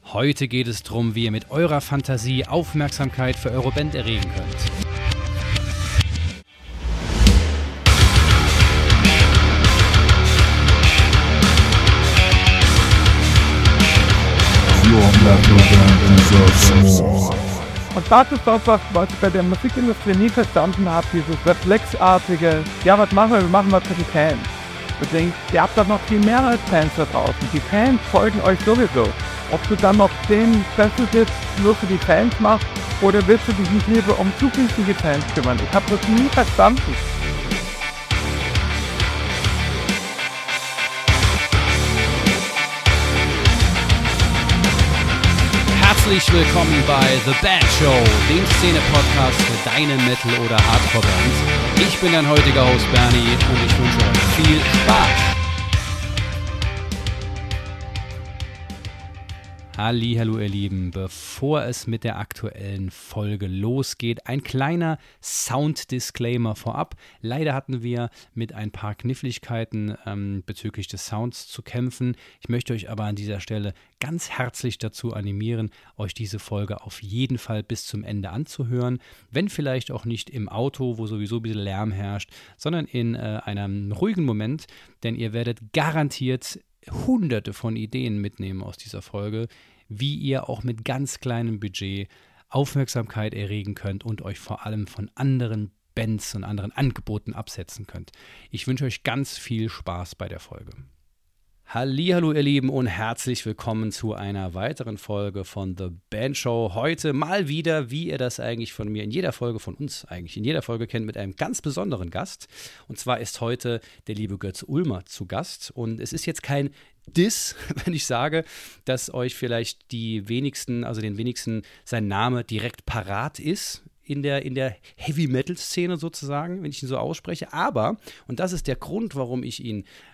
Heute geht es darum, wie ihr mit eurer Fantasie Aufmerksamkeit für eure Band erregen könnt. Und das ist das, was ich bei der Musikindustrie nie verstanden habe, dieses reflexartige, ja, was machen wir? Wir machen was für die Fans. Ich denke, ihr habt doch noch viel mehr als Fans da draußen. Die Fans folgen euch sowieso. Ob du dann noch 10 Festivals nur für die Fans machst oder willst du dich nicht lieber um zukünftige Fans kümmern? Ich habe das nie verstanden. Herzlich willkommen bei The Band Show, dem Szene-Podcast für deine Metal- oder Hardcore-Band. Ich bin dein heutiger Host Bernie und ich wünsche euch viel Spaß. Hallihallo ihr Lieben, bevor es mit der aktuellen Folge losgeht, ein kleiner Sound-Disclaimer vorab. Leider hatten wir mit ein paar Kniffligkeiten bezüglich des Sounds zu kämpfen. Ich möchte euch aber an dieser Stelle ganz herzlich dazu animieren, euch diese Folge auf jeden Fall bis zum Ende anzuhören. Wenn vielleicht auch nicht im Auto, wo sowieso ein bisschen Lärm herrscht, sondern in einem ruhigen Moment, denn ihr werdet garantiert Hunderte von Ideen mitnehmen aus dieser Folge, wie ihr auch mit ganz kleinem Budget Aufmerksamkeit erregen könnt und euch vor allem von anderen Bands und anderen Angeboten absetzen könnt. Ich wünsche euch ganz viel Spaß bei der Folge. Hallihallo ihr Lieben und herzlich willkommen zu einer weiteren Folge von The Band Show. Heute mal wieder, wie ihr das eigentlich von mir in jeder Folge, von uns eigentlich in jeder Folge kennt, mit einem ganz besonderen Gast. Und zwar ist heute der liebe Götz Ulmer zu Gast. Und es ist jetzt kein Diss, wenn ich sage, dass euch vielleicht den wenigsten sein Name direkt parat ist in der Heavy-Metal-Szene sozusagen, wenn ich ihn so ausspreche. Aber, und das ist der Grund, warum ich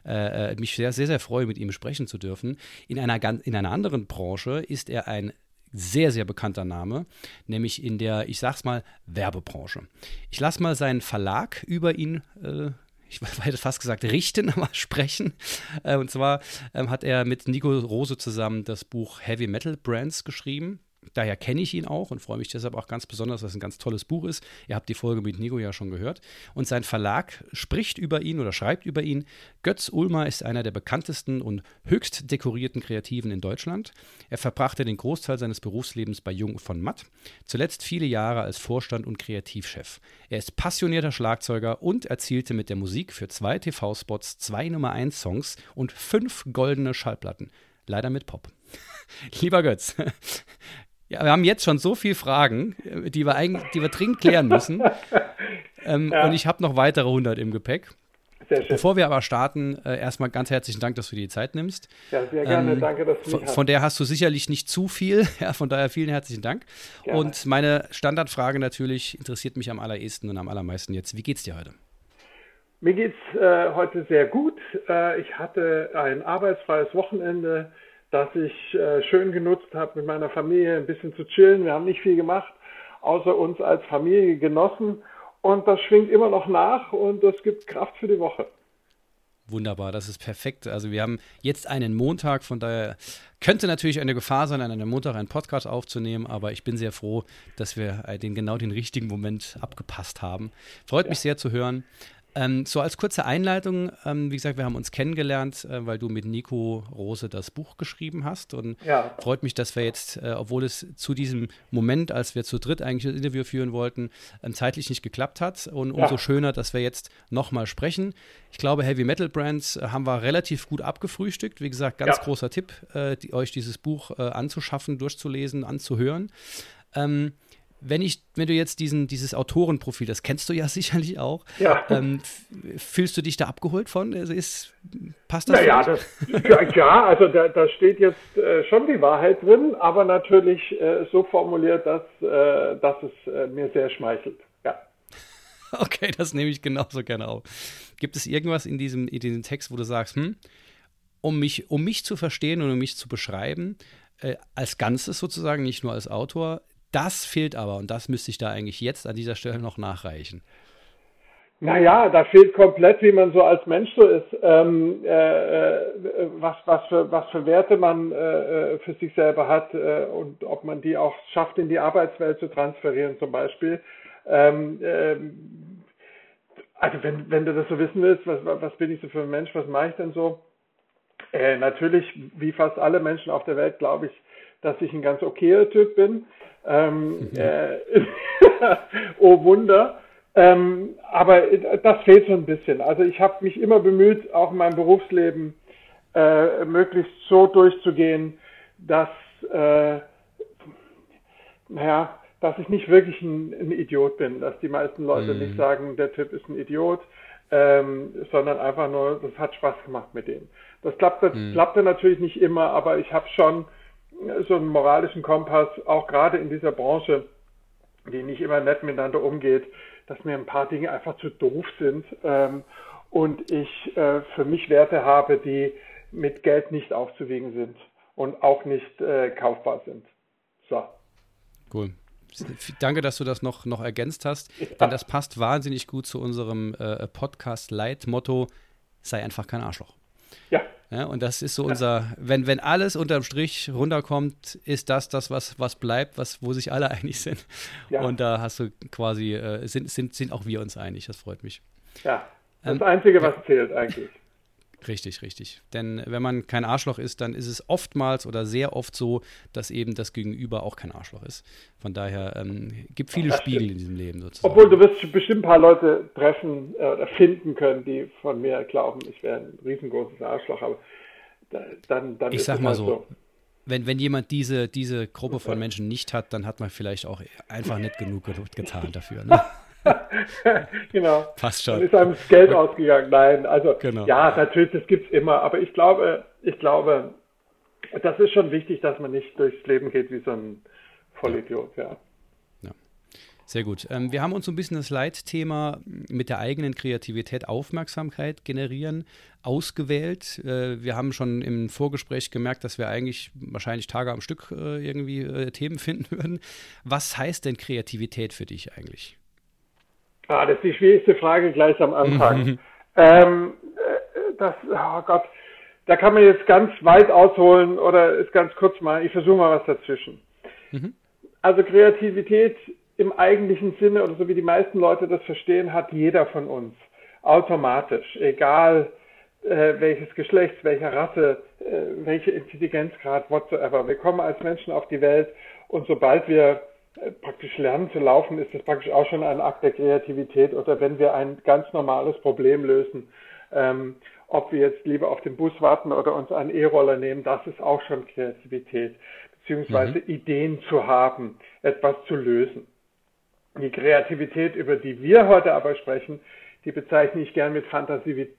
mich sehr, sehr, sehr freue, mit ihm sprechen zu dürfen, in einer anderen Branche ist er ein sehr, sehr bekannter Name, nämlich in der, ich sag's mal, Werbebranche. Ich lasse mal seinen Verlag über ihn ich hätte fast gesagt richten, aber sprechen. Und zwar hat er mit Nico Rose zusammen das Buch Heavy Metal Brands geschrieben. Daher kenne ich ihn auch und freue mich deshalb auch ganz besonders, dass es ein ganz tolles Buch ist. Ihr habt die Folge mit Nico ja schon gehört. Und sein Verlag spricht über ihn oder schreibt über ihn. Götz Ulmer ist einer der bekanntesten und höchst dekorierten Kreativen in Deutschland. Er verbrachte den Großteil seines Berufslebens bei Jung von Matt, zuletzt viele Jahre als Vorstand und Kreativchef. Er ist passionierter Schlagzeuger und erzielte mit der Musik für 2 TV-Spots, 2 Nummer-1-Songs und 5 goldene Schallplatten. Leider mit Pop. Lieber Götz, ja, wir haben jetzt schon so viele Fragen, die wir dringend klären müssen. Und ich habe noch weitere 100 im Gepäck. Sehr schön. Bevor wir aber starten, erstmal ganz herzlichen Dank, dass du dir die Zeit nimmst. Ja, sehr gerne. Danke, dass du mich hast. Von der hast du sicherlich nicht zu viel. Ja, von daher vielen herzlichen Dank. Gerne. Und meine Standardfrage natürlich interessiert mich am allerersten und am allermeisten jetzt. Wie geht's dir heute? Mir geht's heute sehr gut. Ich hatte ein arbeitsfreies Wochenende, das ich schön genutzt habe, mit meiner Familie ein bisschen zu chillen. Wir haben nicht viel gemacht, außer uns als Familie genossen. Und das schwingt immer noch nach und das gibt Kraft für die Woche. Wunderbar, das ist perfekt. Also wir haben jetzt einen Montag, von daher könnte natürlich eine Gefahr sein, an einem Montag einen Podcast aufzunehmen, aber ich bin sehr froh, dass wir den richtigen Moment abgepasst haben. Freut mich sehr zu hören. So als kurze Einleitung, wie gesagt, wir haben uns kennengelernt, weil du mit Nico Rose das Buch geschrieben hast und freut mich, dass wir jetzt, obwohl es zu diesem Moment, als wir zu dritt eigentlich das Interview führen wollten, zeitlich nicht geklappt hat und umso schöner, dass wir jetzt nochmal sprechen. Ich glaube, Heavy Metal Brands haben wir relativ gut abgefrühstückt. Wie gesagt, ganz großer Tipp, euch dieses Buch anzuschaffen, durchzulesen, anzuhören. Wenn du jetzt dieses Autorenprofil, das kennst du ja sicherlich auch, fühlst du dich da abgeholt von? Also passt das? Also da steht jetzt schon die Wahrheit drin, aber natürlich so formuliert, dass es mir sehr schmeichelt. Ja. Okay, das nehme ich genauso gerne auf. Gibt es irgendwas in diesem Text, wo du sagst, um mich zu verstehen und um mich zu beschreiben, als Ganzes sozusagen, nicht nur als Autor, das fehlt aber und das müsste ich da eigentlich jetzt an dieser Stelle noch nachreichen. Naja, da fehlt komplett, wie man so als Mensch so ist, was für Werte man für sich selber hat und ob man die auch schafft, in die Arbeitswelt zu transferieren zum Beispiel. Also wenn du das so wissen willst, was bin ich so für ein Mensch, was mache ich denn so? Natürlich, wie fast alle Menschen auf der Welt, glaube ich, dass ich ein ganz okayer Typ bin. Oh Wunder. Aber das fehlt so ein bisschen. Also ich habe mich immer bemüht, auch in meinem Berufsleben möglichst so durchzugehen, dass dass ich nicht wirklich ein Idiot bin, dass die meisten Leute nicht sagen, der Typ ist ein Idiot, sondern einfach nur, das hat Spaß gemacht mit dem. Das klappte natürlich nicht immer, aber ich habe schon so einen moralischen Kompass, auch gerade in dieser Branche, die nicht immer nett miteinander umgeht, dass mir ein paar Dinge einfach zu doof sind und ich für mich Werte habe, die mit Geld nicht aufzuwiegen sind und auch nicht kaufbar sind. So. Cool. Danke, dass du das noch ergänzt hast, denn das passt wahnsinnig gut zu unserem Podcast-Leitmotto, sei einfach kein Arschloch. Ja. Ja, und das ist so unser, wenn alles unterm Strich runterkommt, ist das, was bleibt, wo sich alle einig sind. Ja. Und da hast du quasi, sind auch wir uns einig, das freut mich. Ja, das Einzige, was zählt eigentlich. Richtig. Denn wenn man kein Arschloch ist, dann ist es oftmals oder sehr oft so, dass eben das Gegenüber auch kein Arschloch ist. Von daher gibt viele Spiegel in diesem Leben sozusagen. Obwohl du wirst bestimmt ein paar Leute treffen oder finden können, die von mir glauben, ich wäre ein riesengroßes Arschloch, aber dann ich ist sag es mal halt so. Wenn jemand diese Gruppe von Menschen nicht hat, dann hat man vielleicht auch einfach nicht genug getan dafür. Ne? Genau. Passt schon. Dann ist einem das Geld ausgegangen. Nein, also genau. Ja, natürlich, das gibt's immer. Aber ich glaube, das ist schon wichtig, dass man nicht durchs Leben geht wie so ein Vollidiot. Ja. Sehr gut. Wir haben uns so ein bisschen das Leitthema mit der eigenen Kreativität Aufmerksamkeit generieren ausgewählt. Wir haben schon im Vorgespräch gemerkt, dass wir eigentlich wahrscheinlich Tage am Stück irgendwie Themen finden würden. Was heißt denn Kreativität für dich eigentlich? Das ist die schwierigste Frage gleich am Anfang. Oh Gott, da kann man jetzt ganz weit ausholen oder ist ganz kurz mal, ich versuche mal was dazwischen. Also Kreativität im eigentlichen Sinne oder so wie die meisten Leute das verstehen, hat jeder von uns automatisch, egal welches Geschlecht, welcher Rasse, welche Intelligenzgrad, whatsoever. Wir kommen als Menschen auf die Welt und sobald wir praktisch lernen zu laufen, ist das praktisch auch schon ein Akt der Kreativität oder wenn wir ein ganz normales Problem lösen, ob wir jetzt lieber auf den Bus warten oder uns einen E-Roller nehmen, das ist auch schon Kreativität, beziehungsweise Ideen zu haben, etwas zu lösen. Die Kreativität, über die wir heute aber sprechen, die bezeichne ich gern mit Fantasie,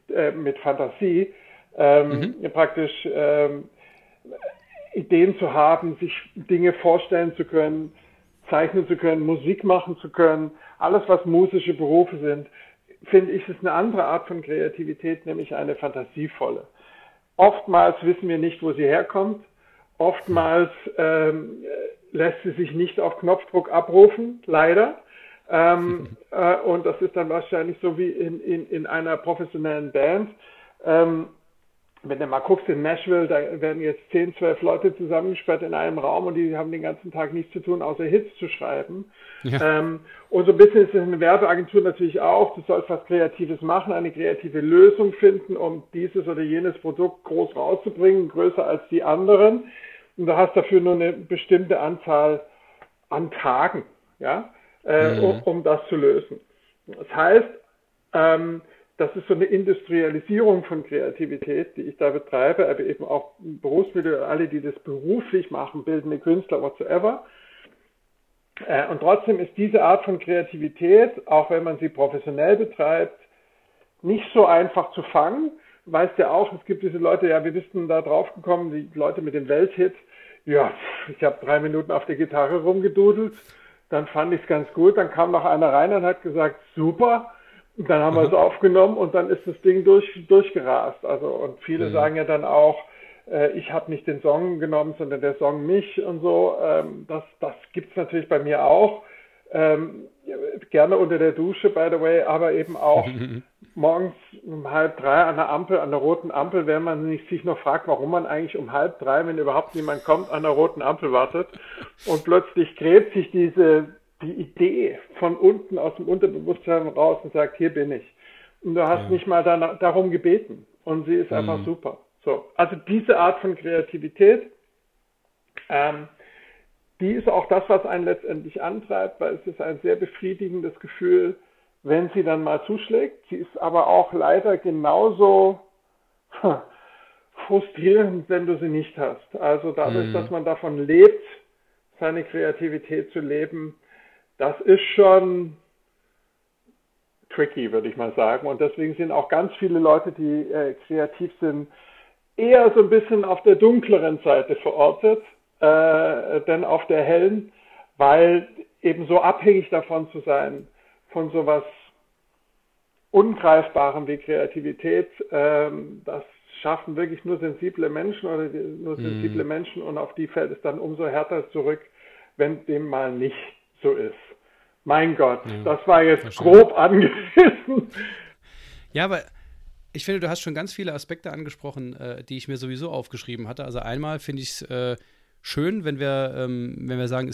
praktisch Ideen zu haben, sich Dinge vorstellen zu können, zeichnen zu können, Musik machen zu können, alles was musische Berufe sind, finde ich, ist eine andere Art von Kreativität, nämlich eine fantasievolle. Oftmals wissen wir nicht, wo sie herkommt, oftmals lässt sie sich nicht auf Knopfdruck abrufen, leider. Und das ist dann wahrscheinlich so wie in einer professionellen Band. Wenn du mal guckst in Nashville, da werden jetzt 10, 12 Leute zusammengesperrt in einem Raum und die haben den ganzen Tag nichts zu tun, außer Hits zu schreiben. Ja. Und so ein bisschen ist es eine Werbeagentur natürlich auch. Du sollst was Kreatives machen, eine kreative Lösung finden, um dieses oder jenes Produkt groß rauszubringen, größer als die anderen. Und du hast dafür nur eine bestimmte Anzahl an Tagen, ja, um das zu lösen. Das heißt, das ist so eine Industrialisierung von Kreativität, die ich da betreibe, aber eben auch Berufsmittel, alle, die das beruflich machen, bildende Künstler, whatsoever. Und trotzdem ist diese Art von Kreativität, auch wenn man sie professionell betreibt, nicht so einfach zu fangen. Weißt ja auch, es gibt diese Leute, ja, wir bisten da drauf gekommen, die Leute mit dem Welthit. Ja, ich habe 3 Minuten auf der Gitarre rumgedudelt, dann fand ich es ganz gut, dann kam noch einer rein und hat gesagt, super. Und dann haben wir es aufgenommen und dann ist das Ding durchgerast. Also und viele sagen ja dann auch, ich habe nicht den Song genommen, sondern der Song mich und so. Das gibt's natürlich bei mir auch. Gerne unter der Dusche, by the way, aber eben auch morgens um 2:30 an der Ampel, an der roten Ampel, wenn man sich noch fragt, warum man eigentlich um 2:30, wenn überhaupt niemand kommt, an der roten Ampel wartet. Und plötzlich gräbt sich die Idee von unten aus dem Unterbewusstsein raus und sagt, hier bin ich. Und du hast nicht mal darum gebeten. Und sie ist einfach super. So, also diese Art von Kreativität, die ist auch das, was einen letztendlich antreibt, weil es ist ein sehr befriedigendes Gefühl, wenn sie dann mal zuschlägt. Sie ist aber auch leider genauso frustrierend, wenn du sie nicht hast. Also dadurch, dass man davon lebt, seine Kreativität zu leben, das ist schon tricky, würde ich mal sagen. Und deswegen sind auch ganz viele Leute, die kreativ sind, eher so ein bisschen auf der dunkleren Seite verortet, denn auf der hellen, weil eben so abhängig davon zu sein, von sowas Ungreifbarem wie Kreativität, das schaffen wirklich nur sensible Menschen oder nur sensible Menschen, und auf die fällt es dann umso härter zurück, wenn dem mal nicht so ist. Mein Gott, das war jetzt grob angerissen. Ja, aber ich finde, du hast schon ganz viele Aspekte angesprochen, die ich mir sowieso aufgeschrieben hatte. Also einmal finde ich es schön, wenn wir sagen,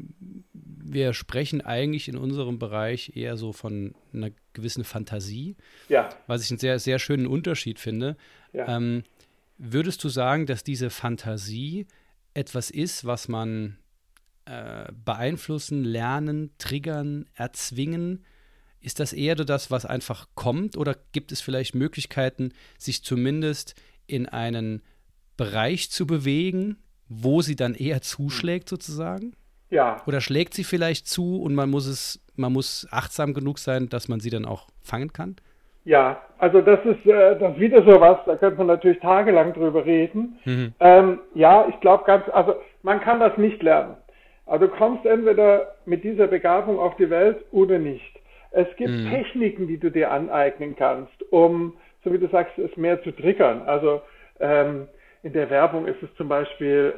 wir sprechen eigentlich in unserem Bereich eher so von einer gewissen Fantasie, was ich einen sehr, sehr schönen Unterschied finde. Ja. Würdest du sagen, dass diese Fantasie etwas ist, was man beeinflussen, lernen, triggern, erzwingen? Ist das eher das, was einfach kommt, oder gibt es vielleicht Möglichkeiten, sich zumindest in einen Bereich zu bewegen, wo sie dann eher zuschlägt sozusagen? Ja. Oder schlägt sie vielleicht zu und man muss achtsam genug sein, dass man sie dann auch fangen kann? Ja, also das ist wieder sowas, da könnte man natürlich tagelang drüber reden. Ja, ich glaube also man kann das nicht lernen. Also du kommst entweder mit dieser Begabung auf die Welt oder nicht. Es gibt Techniken, die du dir aneignen kannst, um, so wie du sagst, es mehr zu triggern. Also in der Werbung ist es zum Beispiel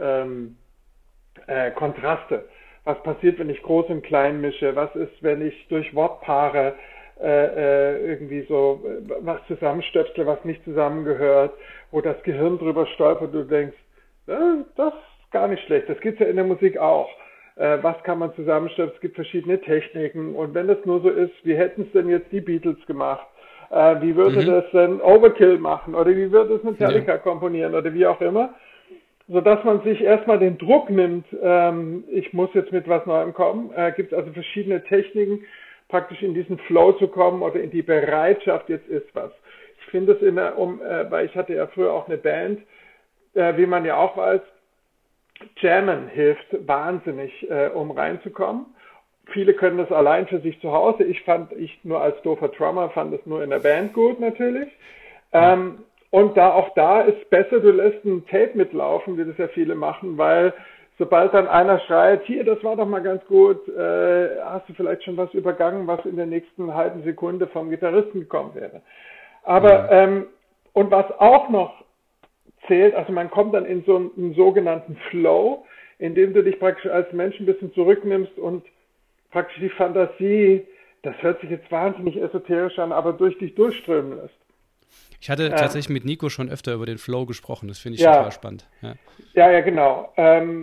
Kontraste. Was passiert, wenn ich groß und klein mische? Was ist, wenn ich durch Wortpaare irgendwie so was zusammenstöpsle, was nicht zusammengehört, wo das Gehirn drüber stolpert und du denkst, das ist gar nicht schlecht. Das gibt's ja in der Musik auch. Was kann man zusammenstöpseln? Es gibt verschiedene Techniken. Und wenn das nur so ist, wie hätten es denn jetzt die Beatles gemacht? Wie würde das denn Overkill machen? Oder wie würde es Metallica komponieren? Oder wie auch immer. Sodass man sich erstmal den Druck nimmt, ich muss jetzt mit was Neuem kommen. Gibt also verschiedene Techniken, praktisch in diesen Flow zu kommen oder in die Bereitschaft, jetzt ist was. Ich finde es weil ich hatte ja früher auch eine Band, wie man ja auch weiß, Jammen hilft wahnsinnig, um reinzukommen. Viele können das allein für sich zu Hause. Ich nur als doofer Drummer fand es nur in der Band gut natürlich. Und auch da ist besser, du lässt ein Tape mitlaufen, wie das ja viele machen, weil sobald dann einer schreit, hier, das war doch mal ganz gut, hast du vielleicht schon was übergangen, was in der nächsten halben Sekunde vom Gitarristen gekommen wäre. Aber, und was auch noch zählt, also man kommt dann in so einen sogenannten Flow, in dem du dich praktisch als Mensch ein bisschen zurücknimmst und praktisch die Fantasie, das hört sich jetzt wahnsinnig esoterisch an, aber durch dich durchströmen lässt. Ich hatte tatsächlich mit Nico schon öfter über den Flow gesprochen, das finde ich total spannend. Ja, genau.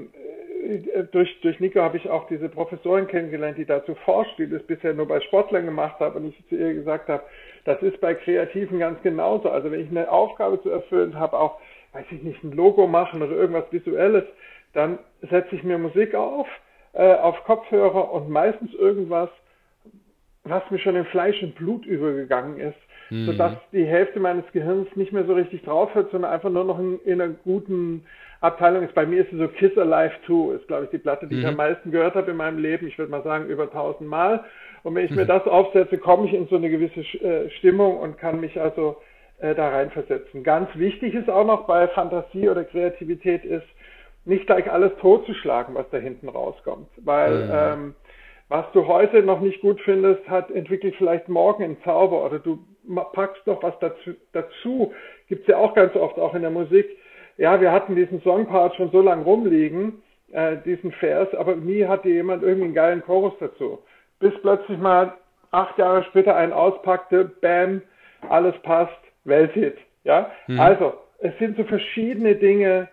Durch Nico habe ich auch diese Professorin kennengelernt, die dazu forscht, die das bisher nur bei Sportlern gemacht hat, und ich zu ihr gesagt habe, das ist bei Kreativen ganz genauso. Also wenn ich eine Aufgabe zu erfüllen habe, auch, weiß ich nicht, ein Logo machen oder irgendwas Visuelles, dann setze ich mir Musik auf Kopfhörer und meistens irgendwas, was mir schon in Fleisch und Blut übergegangen ist, sodass die Hälfte meines Gehirns nicht mehr so richtig drauf hört, sondern einfach nur noch in einer guten Abteilung ist. Bei mir ist es so Kiss Alive 2, ist glaube ich die Platte, die ich am meisten gehört habe in meinem Leben. Ich würde mal sagen über 1000 Mal. Und wenn ich mir das aufsetze, komme ich in so eine gewisse Stimmung und kann mich also da reinversetzen. Ganz wichtig ist auch noch bei Fantasie oder Kreativität ist, nicht gleich alles totzuschlagen, was da hinten rauskommt. Weil was du heute noch nicht gut findest, entwickelt vielleicht morgen einen Zauber, oder du packst noch was dazu. Gibt's ja auch ganz oft, auch in der Musik. Ja, wir hatten diesen Songpart schon so lange rumliegen, diesen Vers, aber nie hatte jemand irgendwie einen geilen Chorus dazu. bis plötzlich mal 8 Jahre später einen auspackte, bam, alles passt, Welthit. Ja? Also, es sind so verschiedene Dinge,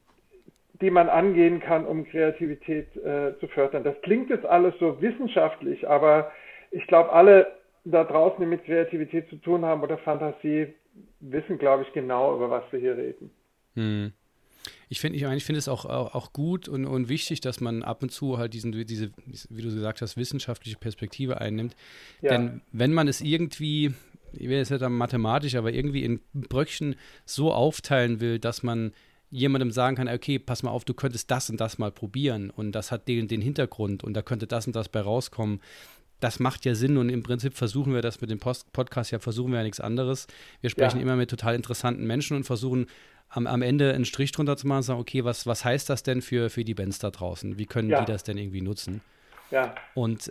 die man angehen kann, um Kreativität zu fördern. Das klingt jetzt alles so wissenschaftlich, aber ich glaube, alle da draußen, die mit Kreativität zu tun haben oder Fantasie, wissen, glaube ich, genau, über was wir hier reden. Ich finde es auch gut und wichtig, dass man ab und zu halt diese, wie du gesagt hast, wissenschaftliche Perspektive einnimmt. Ja. Denn wenn man es irgendwie, ich will jetzt nicht mathematisch, aber irgendwie in Bröckchen so aufteilen will, dass man jemandem sagen kann, okay, pass mal auf, du könntest das und das mal probieren und das hat den Hintergrund und da könnte das und das bei rauskommen. Das macht ja Sinn und im Prinzip versuchen wir das mit dem Podcast ja nichts anderes. Wir sprechen immer mit total interessanten Menschen und versuchen am Ende einen Strich drunter zu machen und sagen, okay, was heißt das denn für die Bands da draußen? Wie können die das denn irgendwie nutzen? Ja. Und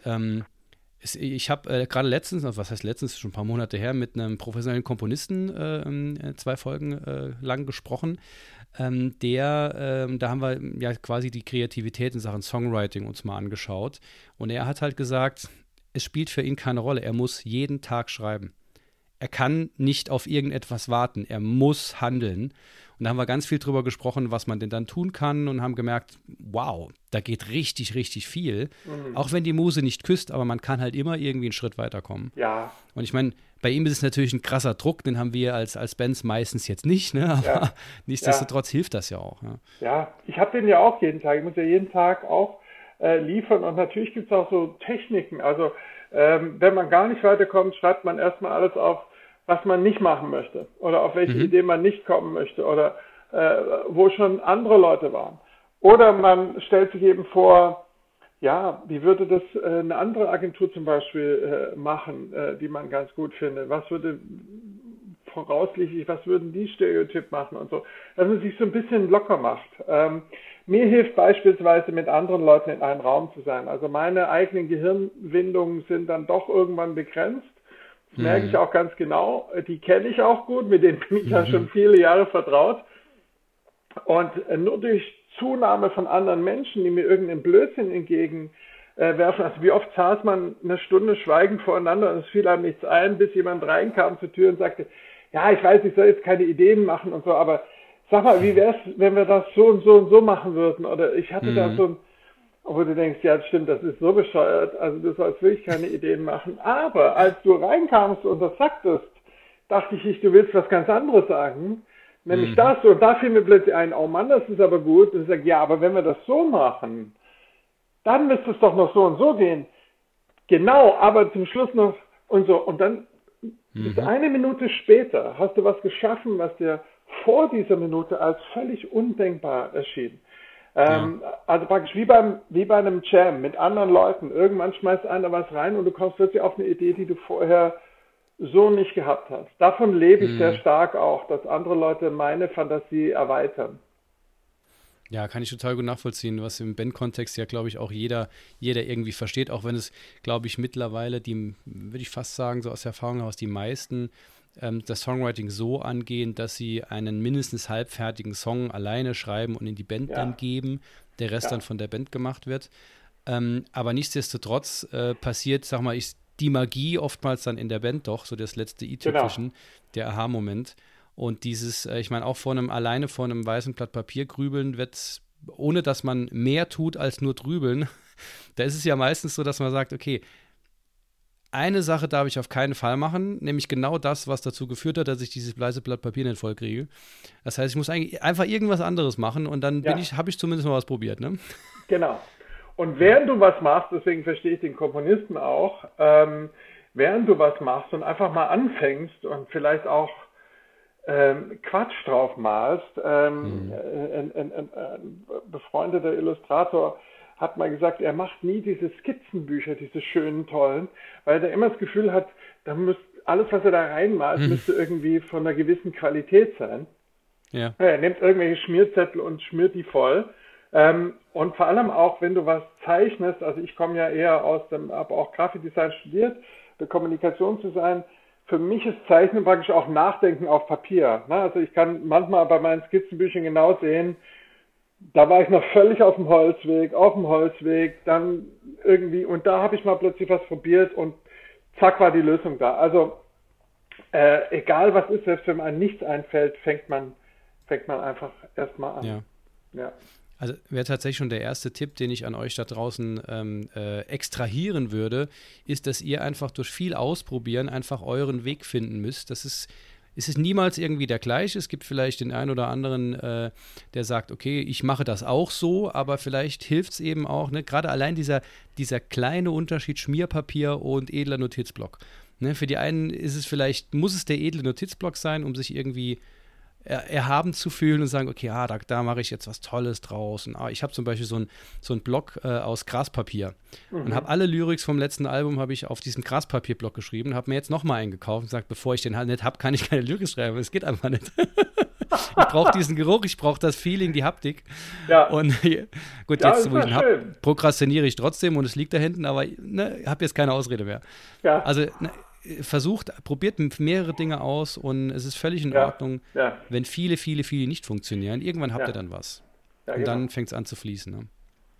ich habe gerade letztens, schon ein paar Monate her, mit einem professionellen Komponisten 2 Folgen lang gesprochen. Da haben wir ja quasi die Kreativität in Sachen Songwriting uns mal angeschaut. Und er hat halt gesagt, es spielt für ihn keine Rolle. Er muss jeden Tag schreiben. Er kann nicht auf irgendetwas warten. Er muss handeln. Und da haben wir ganz viel drüber gesprochen, was man denn dann tun kann und haben gemerkt, wow, da geht richtig, richtig viel. Auch wenn die Muse nicht küsst, aber man kann halt immer irgendwie einen Schritt weiterkommen. Ja. Und ich meine, bei ihm ist es natürlich ein krasser Druck, den haben wir als Bands meistens jetzt nicht, ne? Aber nichtsdestotrotz hilft das ja auch. Ja, ich habe den ja auch jeden Tag. Ich muss ja jeden Tag auch liefern und natürlich gibt es auch so Techniken. Also wenn man gar nicht weiterkommt, schreibt man erstmal alles auf, was man nicht machen möchte oder auf welche Idee man nicht kommen möchte oder wo schon andere Leute waren. Oder man stellt sich eben vor, ja, wie würde das eine andere Agentur zum Beispiel machen, die man ganz gut findet? Was würde voraussichtlich, was würden die Stereotyp machen und so? Dass man sich so ein bisschen locker macht. Mir hilft beispielsweise, mit anderen Leuten in einem Raum zu sein. Also meine eigenen Gehirnwindungen sind dann doch irgendwann begrenzt. Das merke ich auch ganz genau. Die kenne ich auch gut, mit denen bin ich ja schon viele Jahre vertraut. Und nur durch Zunahme von anderen Menschen, die mir irgendeinen Blödsinn entgegenwerfen, also wie oft saß man eine Stunde schweigend voreinander und es fiel einem nichts ein, bis jemand reinkam zur Tür und sagte, ja, ich weiß, ich soll jetzt keine Ideen machen und so, aber sag mal, wie wär's, wenn wir das so und so und so machen würden? Oder ich hatte da so ein, wo du denkst, ja, stimmt, das ist so bescheuert, also du sollst wirklich keine Ideen machen. Aber als du reinkamst und das sagtest, dachte ich, du willst was ganz anderes sagen, nämlich das. Und da fiel mir plötzlich ein, oh Mann, das ist aber gut. Und ich sage, ja, aber wenn wir das so machen, dann müsste es doch noch so und so gehen. Genau, aber zum Schluss noch und so. Und dann bis eine Minute später hast du was geschaffen, was dir vor dieser Minute als völlig undenkbar erschien. Also praktisch wie bei einem Jam mit anderen Leuten. Irgendwann schmeißt einer was rein und du kommst plötzlich auf eine Idee, die du vorher so nicht gehabt hast. Davon lebe ich sehr stark auch, dass andere Leute meine Fantasie erweitern. Ja, kann ich total gut nachvollziehen, was im Bandkontext ja, glaube ich, auch jeder irgendwie versteht, auch wenn es, glaube ich, mittlerweile, würde ich fast sagen, so aus Erfahrung heraus, die meisten das Songwriting so angehen, dass sie einen mindestens halbfertigen Song alleine schreiben und in die Band dann geben, der Rest dann von der Band gemacht wird. Aber nichtsdestotrotz passiert, sag mal, die Magie oftmals dann in der Band doch, so das letzte i-Tüpfelchen, der Aha-Moment. Und dieses, ich meine, auch alleine vor einem weißen Blatt Papier grübeln wird, ohne dass man mehr tut als nur drübeln, da ist es ja meistens so, dass man sagt, okay, eine Sache darf ich auf keinen Fall machen, nämlich genau das, was dazu geführt hat, dass ich dieses weiße Blatt Papier nicht voll kriege. Das heißt, ich muss eigentlich einfach irgendwas anderes machen und dann habe ich zumindest mal was probiert, ne? Genau. Und während du was machst, deswegen verstehe ich den Komponisten auch, während du was machst und einfach mal anfängst und vielleicht auch Quatsch drauf malst, ein befreundeter Illustrator hat mal gesagt, er macht nie diese Skizzenbücher, diese schönen, tollen, weil er immer das Gefühl hat, da alles, was er da reinmalt, müsste irgendwie von einer gewissen Qualität sein. Ja. Er nimmt irgendwelche Schmierzettel und schmiert die voll. Und vor allem auch, wenn du was zeichnest, also ich komme ja eher habe auch Grafikdesign studiert, für Kommunikation zu sein. Für mich ist Zeichnen praktisch auch Nachdenken auf Papier. Ne? Also ich kann manchmal bei meinen Skizzenbüchern genau sehen, Da war ich noch völlig auf dem Holzweg, dann irgendwie, und da habe ich mal plötzlich was probiert und zack war die Lösung da. Also egal was ist, selbst wenn einem nichts einfällt, fängt man einfach erstmal an. Ja. Ja. Also wäre tatsächlich schon der erste Tipp, den ich an euch da draußen extrahieren würde, ist, dass ihr einfach durch viel Ausprobieren einfach euren Weg finden müsst. Es ist niemals irgendwie der gleiche. Es gibt vielleicht den einen oder anderen, der sagt, okay, ich mache das auch so, aber vielleicht hilft es eben auch, ne? Gerade allein dieser kleine Unterschied Schmierpapier und edler Notizblock. Ne? Für die einen muss es der edle Notizblock sein, um sich irgendwie erhaben zu fühlen und sagen, okay, da mache ich jetzt was Tolles draus. Und ich habe zum Beispiel so einen Block aus Graspapier und habe alle Lyrics vom letzten Album habe ich auf diesem Graspapierblock geschrieben, habe mir jetzt nochmal einen gekauft und gesagt, bevor ich den halt nicht habe, kann ich keine Lyrics schreiben. Es geht einfach nicht. Ich brauche diesen Geruch, ich brauche das Feeling, die Haptik. Ja. Und gut, jetzt, wo ich ihn habe, prokrastiniere ich trotzdem und es liegt da hinten, aber habe jetzt keine Ausrede mehr. Ja. Also probiert mehrere Dinge aus und es ist völlig in Ordnung, wenn viele nicht funktionieren. Irgendwann habt ihr dann was. Ja, und dann fängt es an zu fließen. Ne?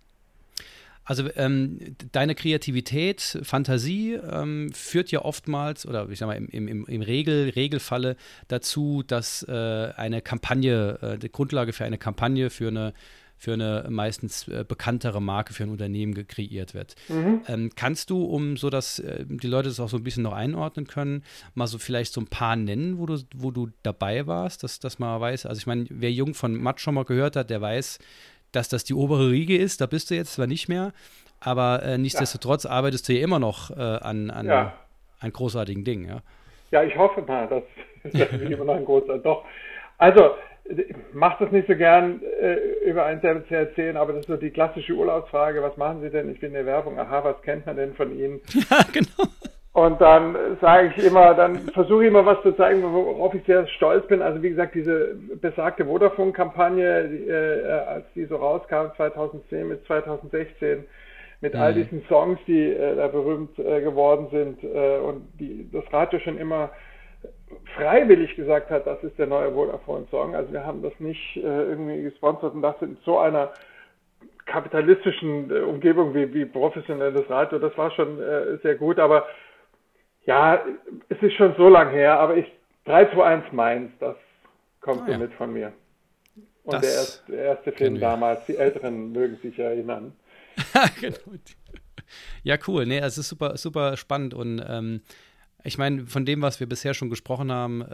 Also deine Kreativität, Fantasie führt ja oftmals, oder ich sag mal im Regelfalle dazu, dass eine Kampagne, die Grundlage für eine Kampagne für eine meistens bekanntere Marke für ein Unternehmen kreiert wird. Kannst du, so dass die Leute das auch so ein bisschen noch einordnen können, mal so vielleicht so ein paar nennen, wo du dabei warst, dass man weiß, also ich meine, wer Jung von Matt schon mal gehört hat, der weiß, dass das die obere Riege ist, da bist du jetzt zwar nicht mehr, aber nichtsdestotrotz arbeitest du ja immer noch an großartigen Dingen. Ja, ja, ich hoffe mal, dass immer noch ein großer, doch. Also, ich mache das nicht so gern, über einen selber zu erzählen, aber das ist so die klassische Urlaubsfrage, was machen Sie denn? Ich bin in der Werbung, aha, was kennt man denn von Ihnen? Ja, genau. Und dann versuche ich immer was zu zeigen, worauf ich sehr stolz bin. Also wie gesagt, diese besagte Vodafone-Kampagne, als die so rauskam, 2010 bis 2016, mit all diesen Songs, die da berühmt geworden sind und das Radio schon immer freiwillig gesagt hat, das ist der neue Vodafone-Song. Also wir haben das nicht irgendwie gesponsert und das in so einer kapitalistischen Umgebung wie professionelles Radio. Das war schon sehr gut, aber ja, es ist schon so lang her, aber 321 Mainz, das kommt so mit von mir. Und der erste Film damals, die Älteren mögen sich erinnern. Genau. Ja, cool. Nee, es ist super, super spannend und ich meine, von dem, was wir bisher schon gesprochen haben,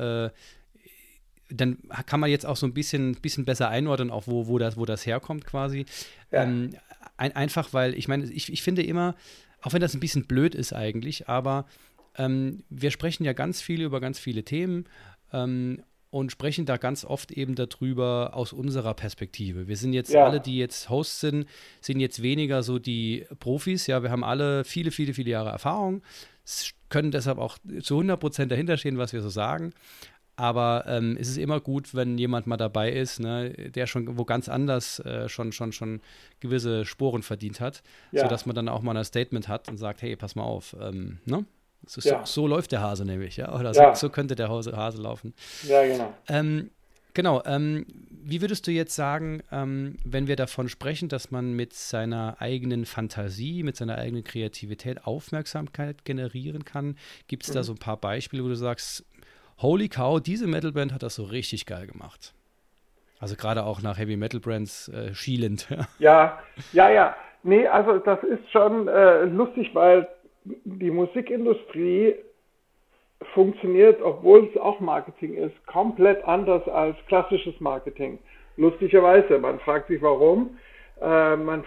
dann kann man jetzt auch so ein bisschen besser einordnen, auch wo das herkommt quasi. Ja. Einfach, weil, ich meine, ich finde immer, auch wenn das ein bisschen blöd ist eigentlich, aber wir sprechen ja ganz viel über ganz viele Themen und sprechen da ganz oft eben darüber aus unserer Perspektive. Wir sind jetzt alle, die jetzt Hosts sind jetzt weniger so die Profis. Ja, wir haben alle viele Jahre Erfahrung, können deshalb auch zu 100% dahinter stehen, was wir so sagen. Aber es ist immer gut, wenn jemand mal dabei ist, ne, der schon wo ganz anders schon gewisse Sporen verdient hat, sodass man dann auch mal ein Statement hat und sagt, hey, pass mal auf, ne? So läuft der Hase nämlich, ja? Oder so könnte der Hase laufen. Ja, genau. Genau. Wie würdest du jetzt sagen, wenn wir davon sprechen, dass man mit seiner eigenen Fantasie, mit seiner eigenen Kreativität Aufmerksamkeit generieren kann? Gibt es da so ein paar Beispiele, wo du sagst, holy cow, diese Metalband hat das so richtig geil gemacht? Also gerade auch nach Heavy Metal Brands schielend. Ja. Nee, also das ist schon lustig, weil die Musikindustrie funktioniert, obwohl es auch Marketing ist, komplett anders als klassisches Marketing. Lustigerweise, man fragt sich warum. Man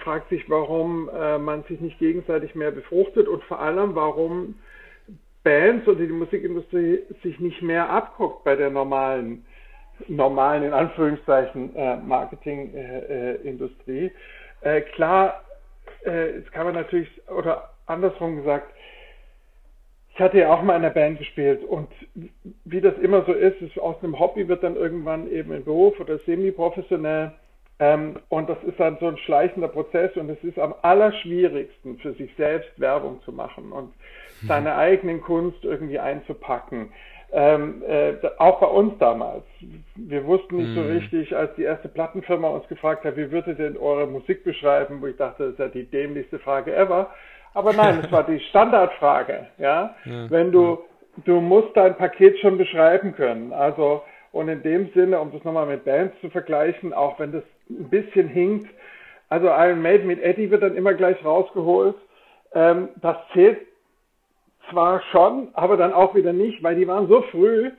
sich nicht gegenseitig mehr befruchtet und vor allem, warum Bands oder die Musikindustrie sich nicht mehr abguckt bei der normalen in Anführungszeichen Marketingindustrie. Klar, jetzt kann man natürlich, oder andersrum gesagt, ich hatte ja auch mal in einer Band gespielt und wie das immer so ist, aus einem Hobby wird dann irgendwann eben ein Beruf oder semi-professionell und das ist dann so ein schleichender Prozess und es ist am allerschwierigsten für sich selbst Werbung zu machen und seine eigenen Kunst irgendwie einzupacken. Auch bei uns damals. Wir wussten nicht so richtig, als die erste Plattenfirma uns gefragt hat, wie würdet ihr denn eure Musik beschreiben, wo ich dachte, das ist ja die dämlichste Frage ever. Aber nein, es war die Standardfrage. Ja? Wenn du musst dein Paket schon beschreiben können. Also, und in dem Sinne, um das nochmal mit Bands zu vergleichen, auch wenn das ein bisschen hinkt, also Iron Maiden mit Eddie wird dann immer gleich rausgeholt. Das zählt zwar schon, aber dann auch wieder nicht, weil die waren so früh,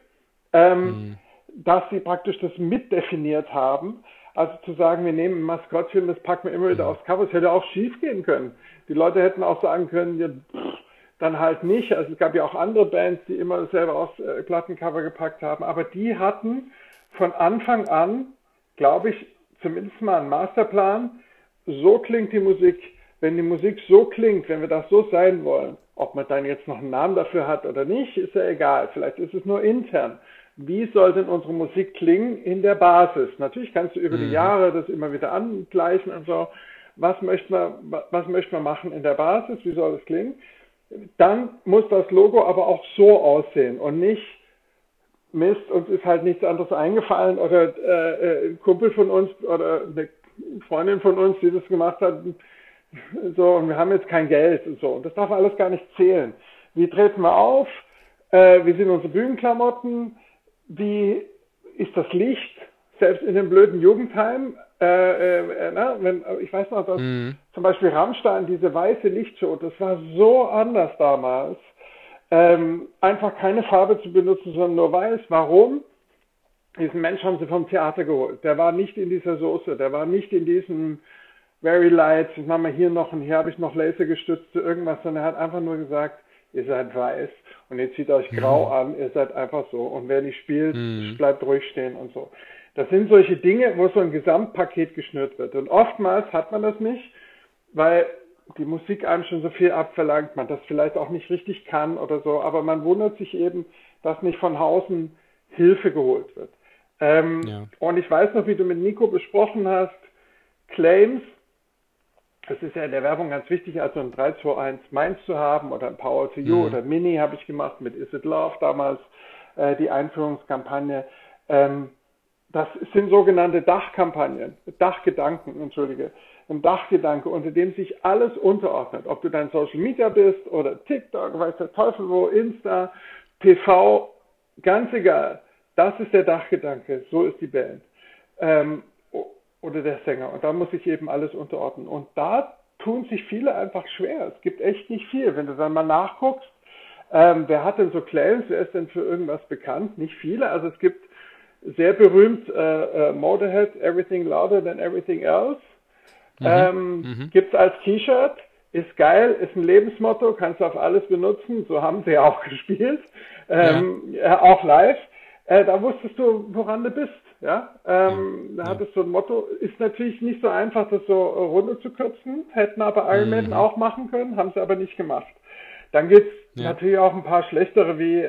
dass sie praktisch das mitdefiniert haben. Also zu sagen, wir nehmen einen Maskottfilm, das packen wir immer wieder aufs Cover, das hätte auch schief gehen können. Die Leute hätten auch sagen können, ja, dann halt nicht. Also es gab ja auch andere Bands, die immer selber aufs Plattencover gepackt haben, aber die hatten von Anfang an, glaube ich, zumindest mal einen Masterplan. So klingt die Musik. Wenn die Musik so klingt, wenn wir das so sein wollen, ob man dann jetzt noch einen Namen dafür hat oder nicht, ist ja egal. Vielleicht ist es nur intern. Wie soll denn unsere Musik klingen in der Basis? Natürlich kannst du über die Jahre das immer wieder angleichen und so. Was möchte man machen in der Basis? Wie soll es klingen? Dann muss das Logo aber auch so aussehen und nicht, Mist, uns ist halt nichts anderes eingefallen oder ein Kumpel von uns oder eine Freundin von uns, die das gemacht hat, so, und wir haben jetzt kein Geld und so. Und das darf alles gar nicht zählen. Wie treten wir auf? Wie sind unsere Bühnenklamotten? Wie ist das Licht? Selbst in den blöden Jugendheimen, ich weiß noch, dass zum Beispiel Rammstein, diese weiße Lichtshow, das war so anders damals, einfach keine Farbe zu benutzen, sondern nur weiß. Warum? Diesen Mensch haben sie vom Theater geholt. Der war nicht in dieser Soße, der war nicht in diesem Very Light, ich mache mal hier noch und hier habe ich noch lasergestützte irgendwas, sondern er hat einfach nur gesagt, ihr seid weiß und ihr zieht euch grau an, ihr seid einfach so und wer nicht spielt, bleibt ruhig stehen und so. Das sind solche Dinge, wo so ein Gesamtpaket geschnürt wird und oftmals hat man das nicht, weil die Musik einem schon so viel abverlangt, man das vielleicht auch nicht richtig kann oder so, aber man wundert sich eben, dass nicht von außen Hilfe geholt wird. Und ich weiß noch, wie du mit Nico besprochen hast, Claims, das ist ja in der Werbung ganz wichtig, also ein 321 Mainz zu haben oder ein Power to You oder Mini habe ich gemacht mit Is It Love damals, die Einführungskampagne. Das sind sogenannte Dachkampagnen, ein Dachgedanke, unter dem sich alles unterordnet. Ob du dein Social Media bist oder TikTok, weiß der Teufel wo, Insta, TV, ganz egal. Das ist der Dachgedanke, so ist die Band. Oder der Sänger. Und da muss sich eben alles unterordnen. Und da tun sich viele einfach schwer. Es gibt echt nicht viel. Wenn du dann mal nachguckst, wer hat denn so Claims, wer ist denn für irgendwas bekannt? Nicht viele. Also es gibt sehr berühmt Motorhead, Everything Louder Than Everything Else. Gibt's als T-Shirt. Ist geil, ist ein Lebensmotto, kannst du auf alles benutzen. So haben sie auch gespielt. Auch live. Da wusstest du, woran du bist. Ja, da hattest du ein Motto, ist natürlich nicht so einfach, das so runterzukürzen, hätten aber Iron Maiden auch machen können, haben sie aber nicht gemacht. Dann gibt's natürlich auch ein paar schlechtere wie,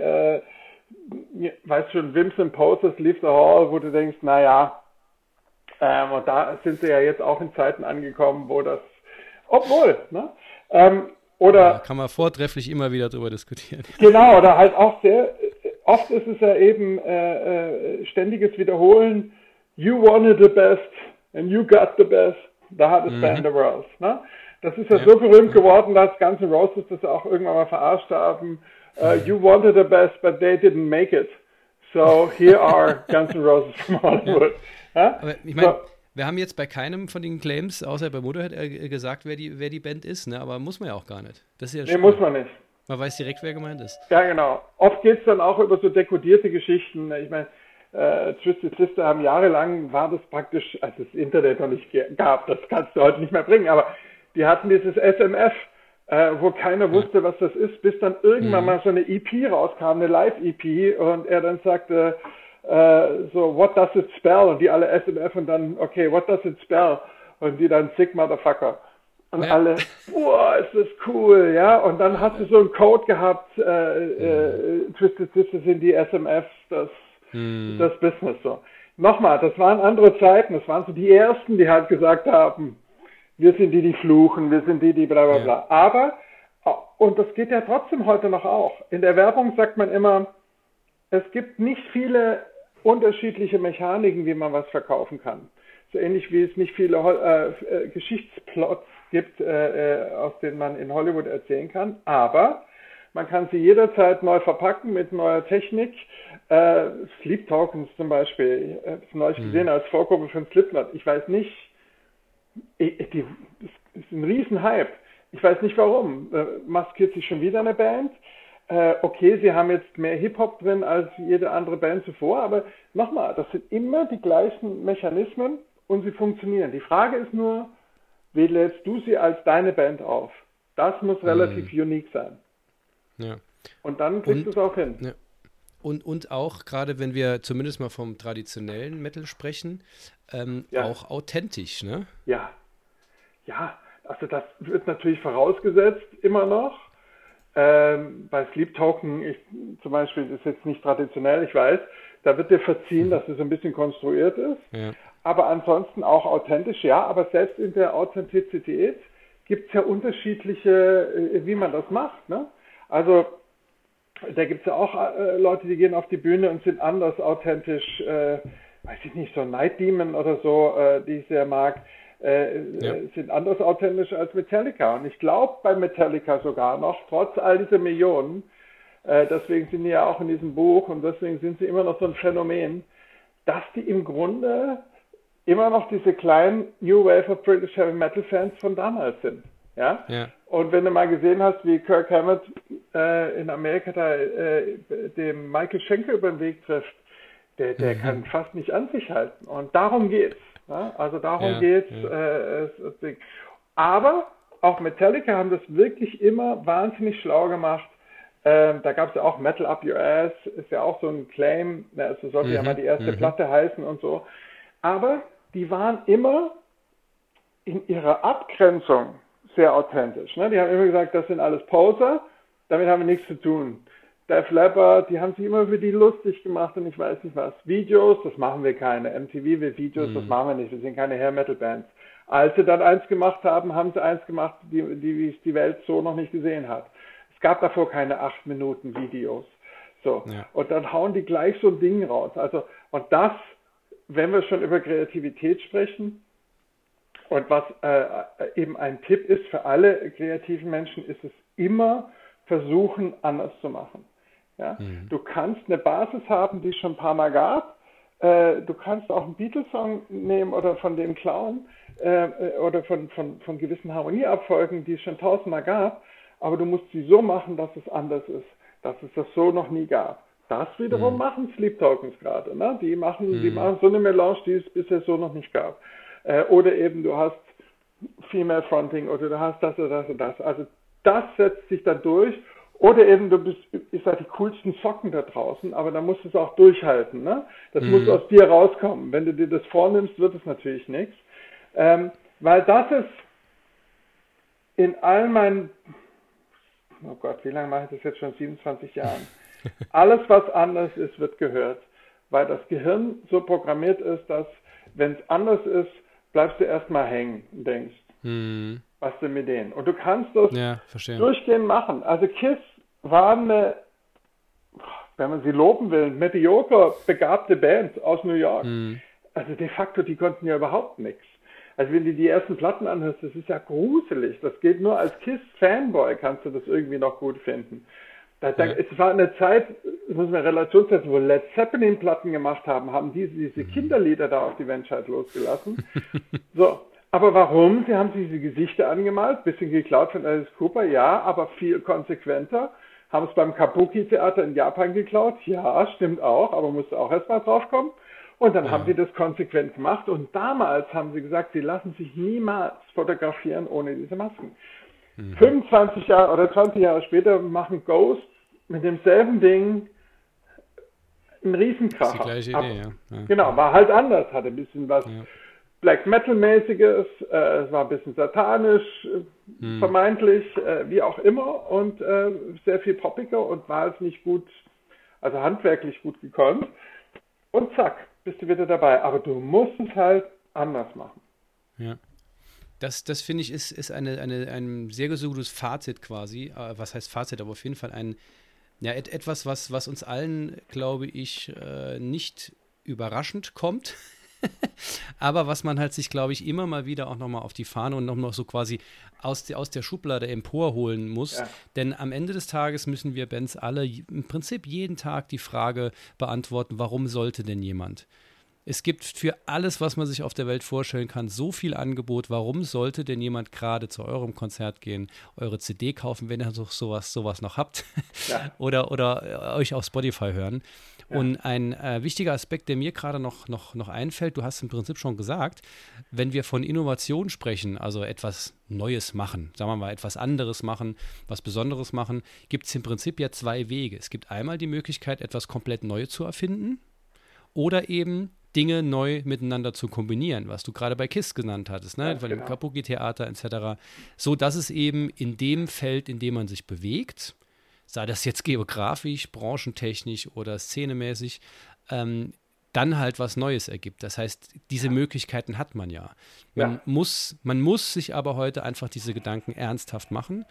weißt du schon, Vincent Posters Leave the Hall, wo du denkst, naja, und da sind sie ja jetzt auch in Zeiten angekommen, wo das, obwohl, ne, oder... kann man vortrefflich immer wieder drüber diskutieren. Genau, oder halt auch sehr... Oft ist es ja eben ständiges Wiederholen. You wanted the best and you got the best. The hardest band in the world. Ne? Das ist ja so berühmt geworden, dass Guns N' Roses das auch irgendwann mal verarscht haben. You wanted the best, but they didn't make it. So here are Guns N' Roses from Hollywood. Ja? Aber ich meine, wir haben jetzt bei keinem von den Claims, außer bei Motorhead, gesagt, wer die Band ist. Ne? Aber muss man ja auch gar nicht. Das ist ja muss man nicht. Man weiß direkt, wer gemeint ist. Ja, genau. Oft geht es dann auch über so dekodierte Geschichten. Ich meine, Twisted Sister haben jahrelang, war das praktisch, als es Internet noch nicht gab, das kannst du heute nicht mehr bringen, aber die hatten dieses SMF, wo keiner wusste, was das ist, bis dann irgendwann mal so eine EP rauskam, eine Live-EP, und er dann sagte, so, what does it spell? Und die alle SMF und dann, okay, what does it spell? Und die dann Sick Motherfucker. Und alle, boah, ist das cool, ja. Und dann hast du so einen Code gehabt, Twisted Sister sind die SMFs, das Business so. Nochmal, das waren andere Zeiten, das waren so die Ersten, die halt gesagt haben, wir sind die fluchen, wir sind die bla bla bla. Aber, und das geht ja trotzdem heute noch auch. In der Werbung sagt man immer, es gibt nicht viele unterschiedliche Mechaniken, wie man was verkaufen kann. So ähnlich wie es nicht viele Geschichtsplots gibt, aus denen man in Hollywood erzählen kann. Aber man kann sie jederzeit neu verpacken mit neuer Technik. Sleep Tokens zum Beispiel. Ich habe es neulich gesehen als Vorgruppe von Slipknot. Ich weiß nicht, das ist ein Riesenhype. Ich weiß nicht warum. Maskiert sich schon wieder eine Band? Okay, sie haben jetzt mehr Hip-Hop drin als jede andere Band zuvor, aber nochmal, das sind immer die gleichen Mechanismen und sie funktionieren. Die Frage ist nur, wie lädst du sie als deine Band auf? Das muss relativ unique sein. Ja. Und dann kriegst du es auch hin. Ja. Und auch, gerade wenn wir zumindest mal vom traditionellen Metal sprechen, auch authentisch, ne? Ja. Ja, also das wird natürlich vorausgesetzt, immer noch. Bei Sleep Token, zum Beispiel, das ist jetzt nicht traditionell, ich weiß, da wird dir verziehen, dass es so ein bisschen konstruiert ist. Ja. Aber ansonsten auch authentisch, ja, aber selbst in der Authentizität gibt es ja unterschiedliche, wie man das macht, ne? Also, da gibt es ja auch Leute, die gehen auf die Bühne und sind anders authentisch, weiß ich nicht, so Night Demon oder so, die ich sehr mag, sind anders authentisch als Metallica. Und ich glaube bei Metallica sogar noch, trotz all dieser Millionen, deswegen sind die ja auch in diesem Buch und deswegen sind sie immer noch so ein Phänomen, dass die im Grunde immer noch diese kleinen New Wave of British Heavy Metal Fans von damals sind. Ja? Ja. Und wenn du mal gesehen hast, wie Kirk Hammett in Amerika da dem Michael Schenker über den Weg trifft, der kann fast nicht an sich halten. Und darum geht's. Ja? Also darum geht's. Ja. Aber auch Metallica haben das wirklich immer wahnsinnig schlau gemacht. Da gab es ja auch Metal Up Your Ass, ist ja auch so ein Claim, also sollte ja mal die erste Platte heißen und so. Aber die waren immer in ihrer Abgrenzung sehr authentisch. Ne? Die haben immer gesagt, das sind alles Poser, damit haben wir nichts zu tun. Def Leppard, die haben sich immer für die lustig gemacht und ich weiß nicht was. Videos, das machen wir keine. MTV will Videos, das machen wir nicht. Wir sind keine Hair-Metal-Bands. Als sie dann eins gemacht haben, haben sie eins gemacht, wie es die Welt so noch nicht gesehen hat. Es gab davor keine 8 Minuten Videos. So. Ja. Und dann hauen die gleich so ein Ding raus. Also, und das, wenn wir schon über Kreativität sprechen, und was eben ein Tipp ist für alle kreativen Menschen, ist es immer versuchen, anders zu machen. Ja? Du kannst eine Basis haben, die es schon ein paar Mal gab. Du kannst auch einen Beatles-Song nehmen oder von dem klauen oder von gewissen Harmonieabfolgen, die es schon 1000-mal gab. Aber du musst sie so machen, dass es anders ist, dass es das so noch nie gab. Das wiederum machen Sleep Tokens gerade. Ne? Die machen so eine Melange, die es bisher so noch nicht gab. Oder eben du hast Female Fronting oder du hast das oder das und das. Also das setzt sich dann durch. Oder eben du bist halt die coolsten Socken da draußen, aber dann musst du es auch durchhalten. Ne? Das muss aus dir rauskommen. Wenn du dir das vornimmst, wird es natürlich nichts. Weil das ist in all meinen, oh Gott, wie lange mache ich das jetzt schon? 27 Jahren. Alles, was anders ist, wird gehört. Weil das Gehirn so programmiert ist, dass wenn es anders ist, bleibst du erstmal hängen und denkst, was denn mit denen? Und du kannst das durchgehend machen. Also Kiss war eine, wenn man sie loben will, mediocre, begabte Band aus New York. Also de facto, die konnten ja überhaupt nichts. Also wenn du die ersten Platten anhörst, das ist ja gruselig. Das geht nur als Kiss-Fanboy, kannst du das irgendwie noch gut finden. Es war eine Zeit, das muss man in Relation setzen, wo Led Zeppelin Platten gemacht haben diese Kinderlieder da auf die Menschheit losgelassen. So, aber warum? Sie haben sich diese Gesichter angemalt, bisschen geklaut von Alice Cooper, ja, aber viel konsequenter. Haben es beim Kabuki-Theater in Japan geklaut, ja, stimmt auch, aber musste auch erstmal drauf kommen. Und dann haben sie das konsequent gemacht und damals haben sie gesagt, sie lassen sich niemals fotografieren ohne diese Masken. 25 Jahre oder 20 Jahre später machen Ghost mit demselben Ding einen Riesenkracher. Das ist die gleiche Idee, ja. Genau, war halt anders, hatte ein bisschen was Black Metal-mäßiges, es war ein bisschen satanisch, vermeintlich, wie auch immer und sehr viel poppiger und war halt nicht gut, also handwerklich gut gekonnt. Und zack, bist du wieder dabei. Aber du musst es halt anders machen. Ja. Das finde ich, ist ein sehr gutes Fazit quasi. Was heißt Fazit? Aber auf jeden Fall Ja, etwas, was uns allen, glaube ich, nicht überraschend kommt, aber was man halt sich, glaube ich, immer mal wieder auch nochmal auf die Fahne und nochmal so quasi aus der Schublade emporholen muss. Ja. Denn am Ende des Tages müssen wir Bands alle im Prinzip jeden Tag die Frage beantworten, warum sollte denn jemand? Es gibt für alles, was man sich auf der Welt vorstellen kann, so viel Angebot. Warum sollte denn jemand gerade zu eurem Konzert gehen, eure CD kaufen, wenn ihr sowas noch habt? Ja. oder euch auf Spotify hören? Ja. Und ein wichtiger Aspekt, der mir gerade noch einfällt, du hast im Prinzip schon gesagt, wenn wir von Innovation sprechen, also etwas Neues machen, sagen wir mal etwas anderes machen, was Besonderes machen, gibt es im Prinzip ja zwei Wege. Es gibt einmal die Möglichkeit, etwas komplett Neues zu erfinden oder eben Dinge neu miteinander zu kombinieren, was du gerade bei KISS genannt hattest, ne? Bei dem Kabuki-Theater etc., so dass es eben in dem Feld, in dem man sich bewegt, sei das jetzt geografisch, branchentechnisch oder szenemäßig, dann halt was Neues ergibt. Das heißt, diese Möglichkeiten hat man ja. Man muss sich aber heute einfach diese Gedanken ernsthaft machen,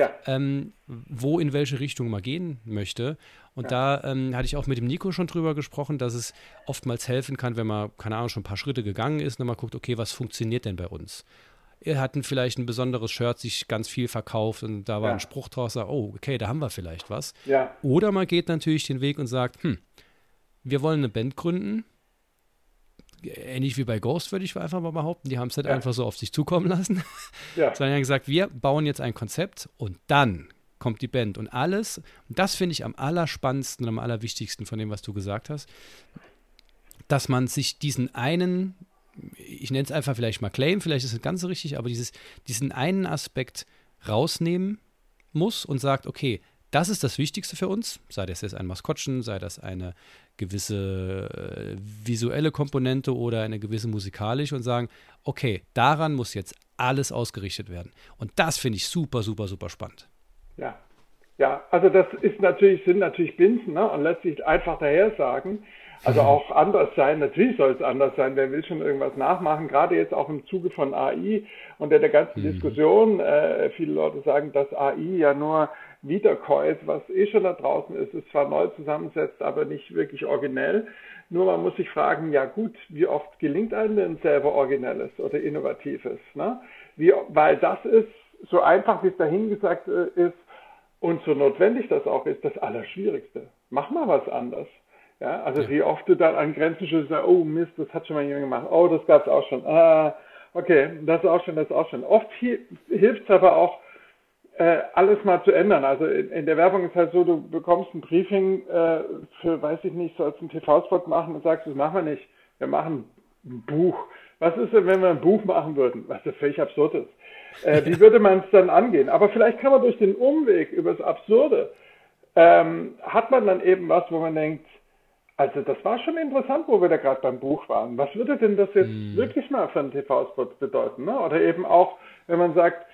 wo in welche Richtung man gehen möchte. Und da hatte ich auch mit dem Nico schon drüber gesprochen, dass es oftmals helfen kann, wenn man, keine Ahnung, schon ein paar Schritte gegangen ist und man guckt, okay, was funktioniert denn bei uns? Er hat vielleicht ein besonderes Shirt sich ganz viel verkauft und da war ein Spruch draus, sagt, oh, okay, da haben wir vielleicht was. Ja. Oder man geht natürlich den Weg und sagt, wir wollen eine Band gründen, ähnlich wie bei Ghost, würde ich einfach mal behaupten. Die haben es halt einfach so auf sich zukommen lassen. Ja. Sondern gesagt, wir bauen jetzt ein Konzept und dann kommt die Band. Und alles, und das finde ich am allerspannendsten und am allerwichtigsten von dem, was du gesagt hast, dass man sich diesen einen, ich nenne es einfach vielleicht mal Claim, vielleicht ist es ganz so richtig, aber diesen einen Aspekt rausnehmen muss und sagt, okay, das ist das Wichtigste für uns, sei das jetzt ein Maskottchen, sei das eine gewisse visuelle Komponente oder eine gewisse musikalische und sagen, okay, daran muss jetzt alles ausgerichtet werden. Und das finde ich super, super, super spannend. Ja, also das sind natürlich Binsen, ne? Und letztlich einfach daher sagen, also auch anders sein, natürlich soll es anders sein, wer will schon irgendwas nachmachen, gerade jetzt auch im Zuge von AI und der ganzen Diskussion, viele Leute sagen, dass AI ja nur wiederkäut, was schon da draußen ist, ist zwar neu zusammensetzt, aber nicht wirklich originell, nur man muss sich fragen, ja gut, wie oft gelingt einem denn selber Originelles oder Innovatives, ne? Weil das ist, so einfach wie es dahingesagt ist und so notwendig das auch ist, das Allerschwierigste. Mach mal was anders. Ja, also wie oft du dann an Grenzen schon sagst, oh Mist, das hat schon mal jemand gemacht, oh, das gab es auch schon, okay, das ist auch schon. Oft hilft es aber auch, alles mal zu ändern. Also in der Werbung ist halt so, du bekommst ein Briefing für, weiß ich nicht, sollst einen TV-Spot machen und sagst, das machen wir nicht, wir machen ein Buch. Was ist denn, wenn wir ein Buch machen würden? Was ist völlig absurd ist. Wie würde man es dann angehen? Aber vielleicht kann man durch den Umweg über das Absurde, hat man dann eben was, wo man denkt, also das war schon interessant, wo wir da gerade beim Buch waren. Was würde denn das jetzt wirklich mal für einen TV-Spot bedeuten? Ne? Oder eben auch, wenn man sagt,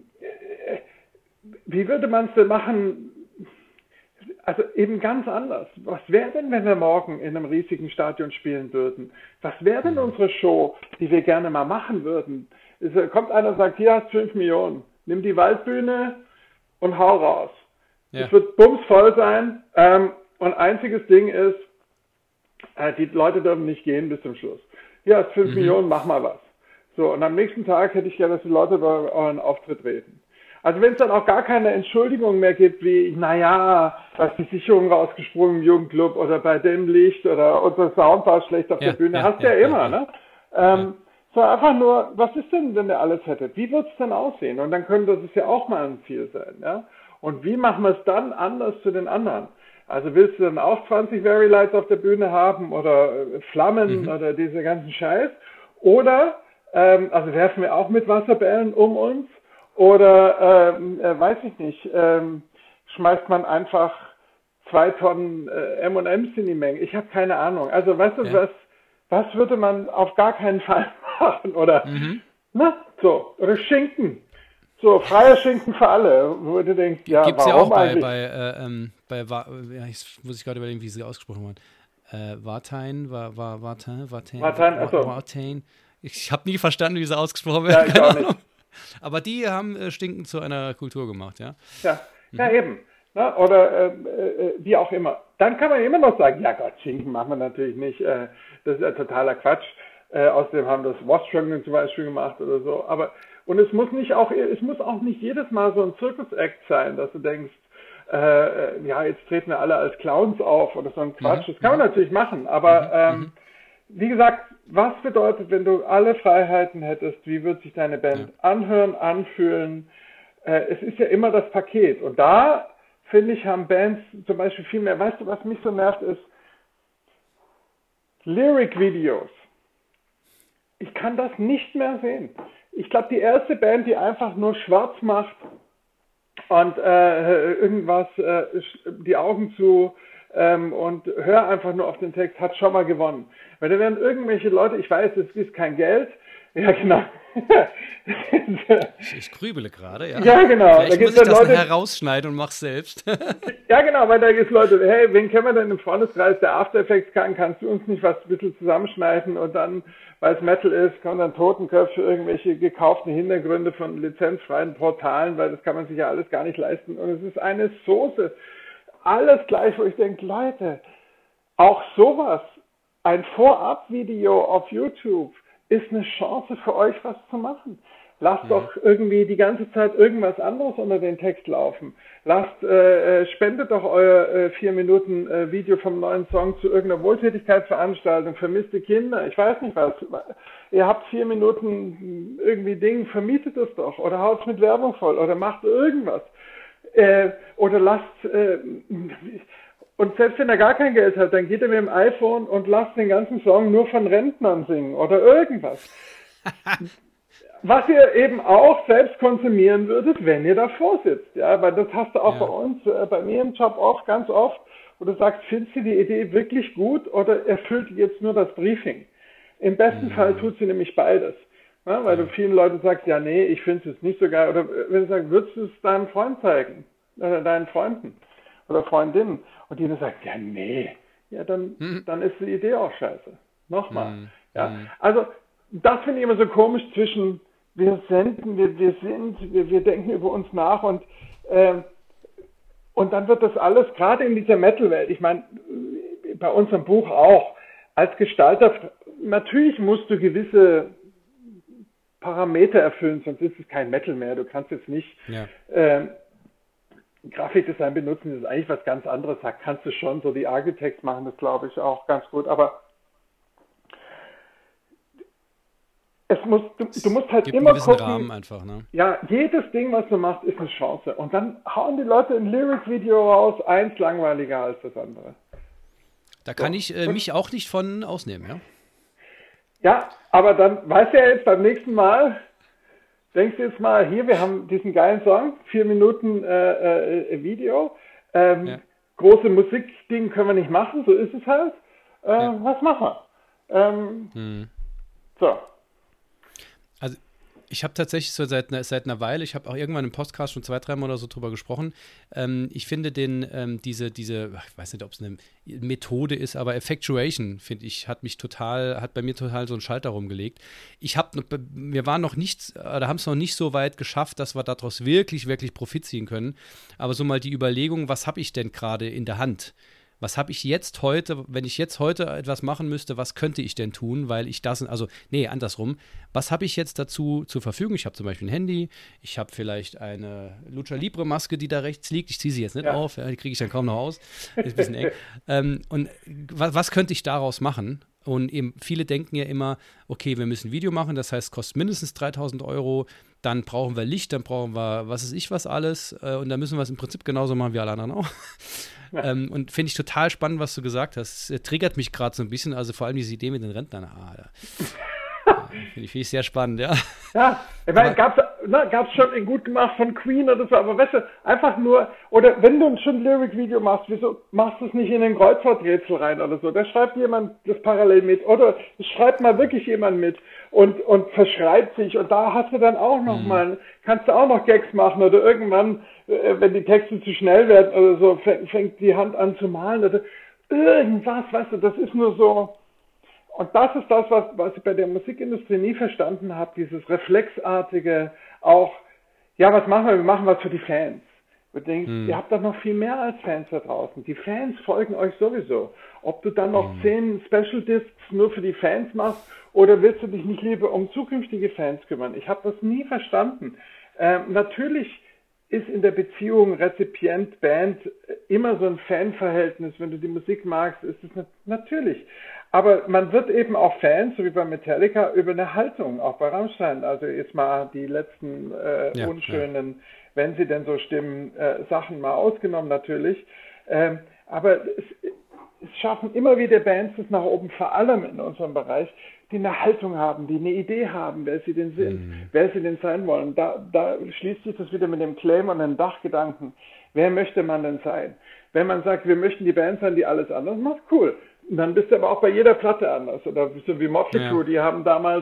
wie würde man es denn machen? Also eben ganz anders. Was wäre denn, wenn wir morgen in einem riesigen Stadion spielen würden? Was wäre denn unsere Show, die wir gerne mal machen würden? Kommt einer und sagt, hier hast 5 Millionen, nimm die Waldbühne und hau raus. Es wird bumsvoll sein und einziges Ding ist, die Leute dürfen nicht gehen bis zum Schluss. Hier hast 5 Millionen, mach mal was. So, und am nächsten Tag hätte ich gerne, dass die Leute über euren Auftritt reden. Also wenn es dann auch gar keine Entschuldigung mehr gibt, wie, naja, da ist die Sicherung rausgesprungen im Jugendclub oder bei dem Licht oder unser Sound war schlecht auf der Bühne, hast du ja immer, ne? So einfach nur, was ist denn, wenn ihr alles hättet? Wie wird es denn aussehen? Und dann könnte das ja auch mal ein Ziel sein, ja? Und wie machen wir es dann anders zu den anderen? Also willst du dann auch 20 Very Lights auf der Bühne haben oder Flammen oder diese ganzen Scheiß? Oder, also werfen wir auch mit Wasserbällen um uns? Oder, weiß ich nicht, schmeißt man einfach 2 Tonnen M&M's in die Menge? Ich habe keine Ahnung. Also weißt du, was würde man auf gar keinen Fall machen? Oder, so, oder Schinken. So, freier Schinken für alle. Wo du denkst, ja, gibt's warum ja auch eigentlich? Ich muss gerade überlegen, wie sie ausgesprochen waren. Wartein. Ich habe nie verstanden, wie sie ausgesprochen werden. Ja, ich auch nicht. Aber die haben Stinken zu einer Kultur gemacht, ja? Ja, eben. Ne? Oder wie auch immer. Dann kann man immer noch sagen, ja Gott, Schinken machen wir natürlich nicht. Das ist ja totaler Quatsch. Außerdem haben das Wasp-Schwimmen zum Beispiel gemacht oder so. Und es muss auch nicht jedes Mal so ein Zirkus-Act sein, dass du denkst, ja, jetzt treten wir alle als Clowns auf oder so ein Quatsch. Das kann man natürlich machen, aber wie gesagt, was bedeutet, wenn du alle Freiheiten hättest, wie wird sich deine Band anhören, anfühlen? Es ist ja immer das Paket. Und da, finde ich, haben Bands zum Beispiel viel mehr. Weißt du, was mich so nervt, ist Lyric-Videos. Ich kann das nicht mehr sehen. Ich glaube, die erste Band, die einfach nur schwarz macht und irgendwas, die Augen zu und hör einfach nur auf den Text, hat schon mal gewonnen. Weil da werden irgendwelche Leute, ich weiß, es ist kein Geld. Ja, genau. Ich grübele gerade, ja. Ja, genau. Vielleicht muss ich das Leute herausschneiden und mach's selbst. Ja, genau, weil da gibt es Leute, hey, wen kennen wir denn im Freundeskreis, der After Effects kann, kannst du uns nicht was ein bisschen zusammenschneiden und dann, weil es Metal ist, kommen dann Totenköpfe, irgendwelche gekauften Hintergründe von lizenzfreien Portalen, weil das kann man sich ja alles gar nicht leisten. Und es ist eine Soße. Alles gleich, wo ich denke, Leute, auch sowas, ein Vorab-Video auf YouTube, ist eine Chance für euch, was zu machen. Lasst doch irgendwie die ganze Zeit irgendwas anderes unter den Text laufen. Spendet doch euer 4 Minuten Video vom neuen Song zu irgendeiner Wohltätigkeitsveranstaltung, vermisste Kinder, ich weiß nicht was. Ihr habt 4 Minuten irgendwie Ding, vermietet es doch oder haut's mit Werbung voll oder macht irgendwas. Oder und selbst wenn er gar kein Geld hat, dann geht er mit dem iPhone und lasst den ganzen Song nur von Rentnern singen oder irgendwas. Was ihr eben auch selbst konsumieren würdet, wenn ihr davor sitzt. Ja, weil das hast du auch bei uns, bei mir im Job oft, ganz oft, wo du sagst, findest du die Idee wirklich gut oder erfüllt jetzt nur das Briefing? Im besten Fall tut sie nämlich beides. Ja, weil du vielen Leuten sagst, ja nee, ich finde es jetzt nicht so geil. Oder wenn du sagst, würdest du es deinem Freund zeigen? Oder deinen Freunden? Oder Freundinnen? Und die dann sagt, ja nee, ja dann ist die Idee auch scheiße. Nochmal. Ja. Also das finde ich immer so komisch zwischen wir senden, wir denken über uns nach und dann wird das alles, gerade in dieser Metal-Welt, ich meine, bei unserem Buch auch, als Gestalter, natürlich musst du gewisse Parameter erfüllen, sonst ist es kein Metal mehr. Du kannst jetzt nicht Grafikdesign benutzen, das ist eigentlich was ganz anderes. Da kannst du schon, so die Architects machen das, glaube ich, auch ganz gut, aber du musst halt immer gucken, Rahmen einfach, ne? Ja, jedes Ding, was du machst, ist eine Chance. Und dann hauen die Leute ein Lyric-Video raus, eins langweiliger als das andere. Da kann ich mich auch nicht von ausnehmen, ja? Ja, aber dann weißt du ja jetzt beim nächsten Mal, denkst du jetzt mal, hier, wir haben diesen geilen Song, 4 Minuten Video, große Musikding können wir nicht machen, so ist es halt. Was machen wir? So. Also ich habe tatsächlich so seit einer Weile, ich habe auch irgendwann im Podcast schon 2-3 Mal oder so drüber gesprochen, ich finde diese, ich weiß nicht, ob es eine Methode ist, aber Effectuation, finde ich, hat bei mir total so einen Schalter rumgelegt. Wir waren noch nicht, oder haben es noch nicht so weit geschafft, dass wir daraus wirklich, wirklich Profit ziehen können, aber so mal die Überlegung, was habe ich denn gerade in der Hand? Was habe ich jetzt heute, wenn ich jetzt heute etwas machen müsste, was könnte ich denn tun, weil ich andersrum, was habe ich jetzt dazu zur Verfügung? Ich habe zum Beispiel ein Handy, ich habe vielleicht eine Lucha Libre Maske, die da rechts liegt, ich ziehe sie jetzt nicht auf, die kriege ich dann kaum noch aus, ist ein bisschen eng. Und was könnte ich daraus machen? Und eben viele denken ja immer, okay, wir müssen ein Video machen, das heißt, kostet mindestens 3.000 €, dann brauchen wir Licht, dann brauchen wir was weiß ich was alles und dann müssen wir es im Prinzip genauso machen wie alle anderen auch. Und finde ich total spannend, was du gesagt hast. Es triggert mich gerade so ein bisschen, also vor allem diese Idee mit den Rentnern. Finde ich sehr spannend, ja. Ja, ich meine, gab's schon gut gemacht von Queen oder so, aber weißt du, einfach nur, oder wenn du schon ein Lyric-Video machst, wieso machst du es nicht in ein Kreuzworträtsel rein oder so? Da schreibt jemand das parallel mit, oder es schreibt mal wirklich jemand mit und verschreibt sich und da hast du dann auch noch mal, kannst du auch noch Gags machen oder irgendwann, wenn die Texte zu schnell werden oder so, fängt die Hand an zu malen oder irgendwas, weißt du, das ist nur so. Und das ist das, was ich bei der Musikindustrie nie verstanden habe, dieses reflexartige auch, ja, was machen wir? Wir machen was für die Fans. Du denkst, ihr habt doch noch viel mehr als Fans da draußen. Die Fans folgen euch sowieso. Ob du dann noch 10 Special Discs nur für die Fans machst oder willst du dich nicht lieber um zukünftige Fans kümmern? Ich habe das nie verstanden. Natürlich ist in der Beziehung Rezipient-Band immer so ein Fanverhältnis. Wenn du die Musik magst, ist es natürlich. Aber man wird eben auch Fans, so wie bei Metallica, über eine Haltung, auch bei Rammstein. Also jetzt mal die letzten unschönen, wenn sie denn so stimmen, Sachen mal ausgenommen natürlich. Aber es schaffen immer wieder Bands es nach oben, vor allem in unserem Bereich, die eine Haltung haben, die eine Idee haben, wer sie denn sind, wer sie denn sein wollen. Da schließt sich das wieder mit dem Claim und dem Dachgedanken. Wer möchte man denn sein? Wenn man sagt, wir möchten die Band sein, die alles anders macht, cool. Und dann bist du aber auch bei jeder Platte anders. Oder so wie Motley Crue, die haben damals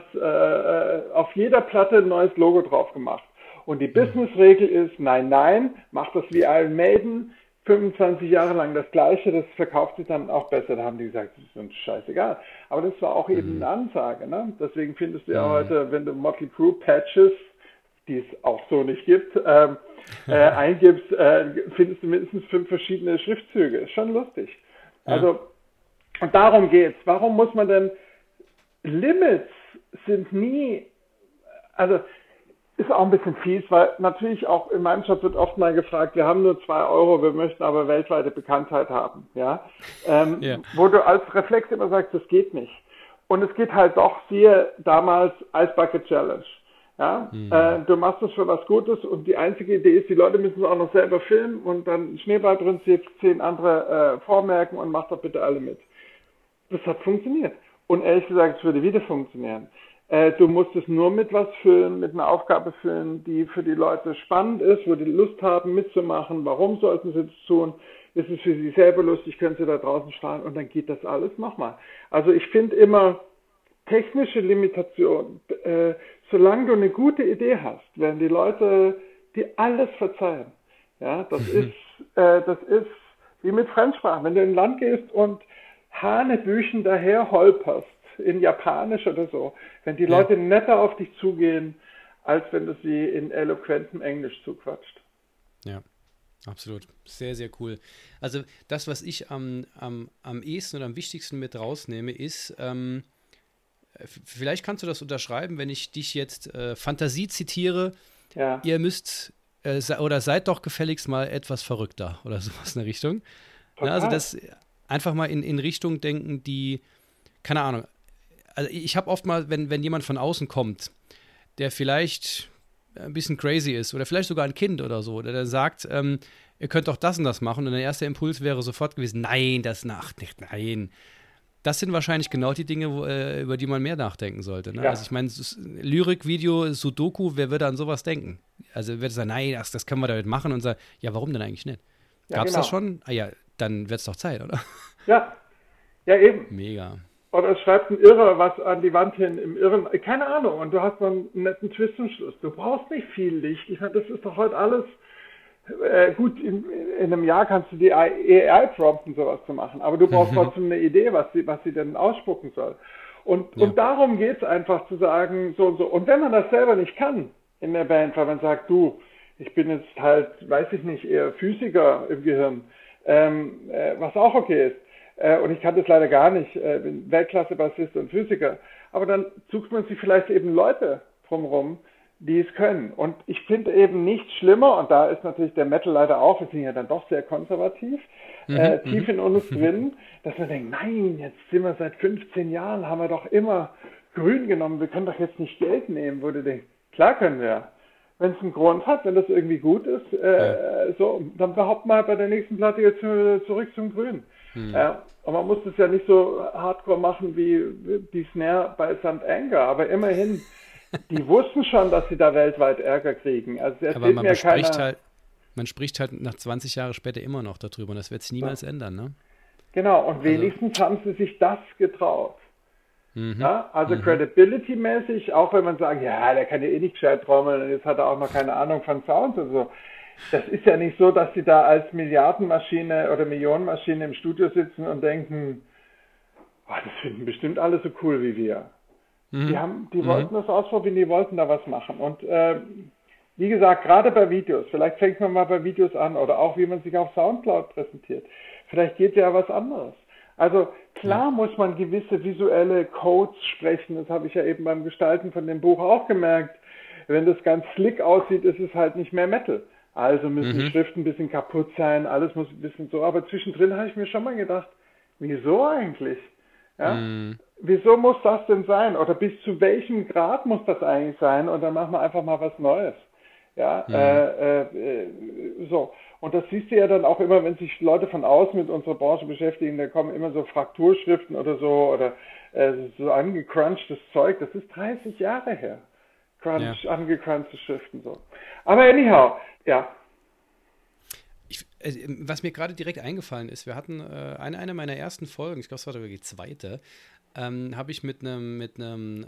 auf jeder Platte ein neues Logo drauf gemacht. Und die Business-Regel ist, nein, mach das wie Iron Maiden, 25 Jahre lang das Gleiche, das verkauft sich dann auch besser. Da haben die gesagt, das ist uns scheißegal. Aber das war auch eben eine Ansage. Ne? Deswegen findest du ja heute, wenn du Motley Crue Patches, die es auch so nicht gibt, eingibst, findest du mindestens 5 verschiedene Schriftzüge. Ist schon lustig. Also, und darum geht's. Warum muss man denn, Limits sind nie, also, ist auch ein bisschen fies, weil natürlich auch in meinem Job wird oft mal gefragt, wir haben nur 2 Euro, wir möchten aber weltweite Bekanntheit haben, ja. Wo du als Reflex immer sagst, das geht nicht. Und es geht halt doch, siehe damals Ice Bucket Challenge. Ja, du machst das für was Gutes und die einzige Idee ist, die Leute müssen es auch noch selber filmen und dann Schneeballprinzip, 10 andere vormerken und mach doch bitte alle mit. Das hat funktioniert. Und ehrlich gesagt, es würde wieder funktionieren. Du musst es nur mit was füllen, mit einer Aufgabe füllen, die für die Leute spannend ist, wo die Lust haben mitzumachen. Warum sollten sie das tun? Ist es für sie selber lustig? Können sie da draußen strahlen? Und dann geht das alles nochmal. Also ich finde immer technische Limitationen. Solange du eine gute Idee hast, werden die Leute dir alles verzeihen. Ja, das ist wie mit Fremdsprachen. Wenn du in ein Land gehst und Hanebüchen daher holperst, in Japanisch oder so, wenn die Leute netter auf dich zugehen, als wenn du sie in eloquentem Englisch zuquatscht. Ja, absolut. Sehr, sehr cool. Also das, was ich am ehesten und am wichtigsten mit rausnehme, ist, vielleicht kannst du das unterschreiben, wenn ich dich jetzt Fantasie zitiere, ihr müsst oder seid doch gefälligst mal etwas verrückter oder sowas in der Richtung. Ja, also das einfach mal in Richtung denken, die, keine Ahnung, also ich habe oft mal, wenn jemand von außen kommt, der vielleicht ein bisschen crazy ist oder vielleicht sogar ein Kind oder so, der sagt, ihr könnt doch das und das machen und der erste Impuls wäre sofort gewesen, nein, das nicht, nein. Das sind wahrscheinlich genau die Dinge, über die man mehr nachdenken sollte. Ne? Ja. Also ich meine, Lyrik, Video, Sudoku, wer würde an sowas denken? Also würde sagen, nein, das können wir damit machen und sagen, ja, warum denn eigentlich nicht? Gab es das schon? Ah ja, dann wird es doch Zeit, oder? Ja, eben. Mega. Oder es schreibt ein Irrer was an die Wand hin im Irren, keine Ahnung, und du hast noch einen netten Twist zum Schluss. Du brauchst nicht viel Licht. Ich meine, das ist doch heute alles gut, in einem Jahr kannst du die AI prompten, sowas zu machen, aber du brauchst trotzdem eine Idee, was sie denn ausspucken soll. Und darum geht es einfach zu sagen, so und so. Und wenn man das selber nicht kann in der Band, weil man sagt, du, ich bin jetzt halt, weiß ich nicht, eher Physiker im Gehirn, was auch okay ist. Und ich kann das leider gar nicht, bin Weltklasse-Bassist und Physiker. Aber dann sucht man sich vielleicht eben Leute drumherum, die es können. Und ich finde eben nichts schlimmer, und da ist natürlich der Metal leider auch, wir sind ja dann doch sehr konservativ, tief in uns drin, dass man denkt, nein, jetzt sind wir seit 15 Jahren, haben wir doch immer grün genommen, wir können doch jetzt nicht Geld nehmen, wo du denkst, klar können wir. Wenn es einen Grund hat, wenn das irgendwie gut ist, so, dann behaupten wir halt bei der nächsten Platte jetzt zurück zum Grün. Und man muss das ja nicht so hardcore machen wie die Snare bei St. Anger, aber immerhin, die wussten schon, dass sie da weltweit Ärger kriegen. Also aber man spricht halt nach 20 Jahren später immer noch darüber und das wird sich niemals ändern, ne? Genau, und wenigstens haben sie sich das getraut. Ja, also Credibility-mäßig, auch wenn man sagt, ja, der kann ja eh nicht gescheit trommeln und jetzt hat er auch noch keine Ahnung von Sounds und so. Das ist ja nicht so, dass sie da als Milliardenmaschine oder Millionenmaschine im Studio sitzen und denken, oh, das finden bestimmt alle so cool wie wir. Die wollten das ausprobieren, die wollten da was machen. Und wie gesagt, gerade bei Videos, vielleicht fängt man mal bei Videos an oder auch wie man sich auf Soundcloud präsentiert. Vielleicht geht ja was anderes. Also klar muss man gewisse visuelle Codes sprechen, das habe ich ja eben beim Gestalten von dem Buch auch gemerkt. Wenn das ganz slick aussieht, ist es halt nicht mehr Metal. Also müssen die Schriften ein bisschen kaputt sein, alles muss ein bisschen so. Aber zwischendrin habe ich mir schon mal gedacht, wieso eigentlich? Ja? Wieso muss das denn sein? Oder bis zu welchem Grad muss das eigentlich sein? Und dann machen wir einfach mal was Neues. Ja, so. Und das siehst du ja dann auch immer, wenn sich Leute von außen mit unserer Branche beschäftigen, da kommen immer so Frakturschriften oder so oder so angecrunchtes Zeug. Das ist 30 Jahre her. Angecrunchte Schriften so. Aber anyhow, ja. Was mir gerade direkt eingefallen ist, wir hatten eine meiner ersten Folgen, ich glaube, es war sogar die zweite, habe ich mit einem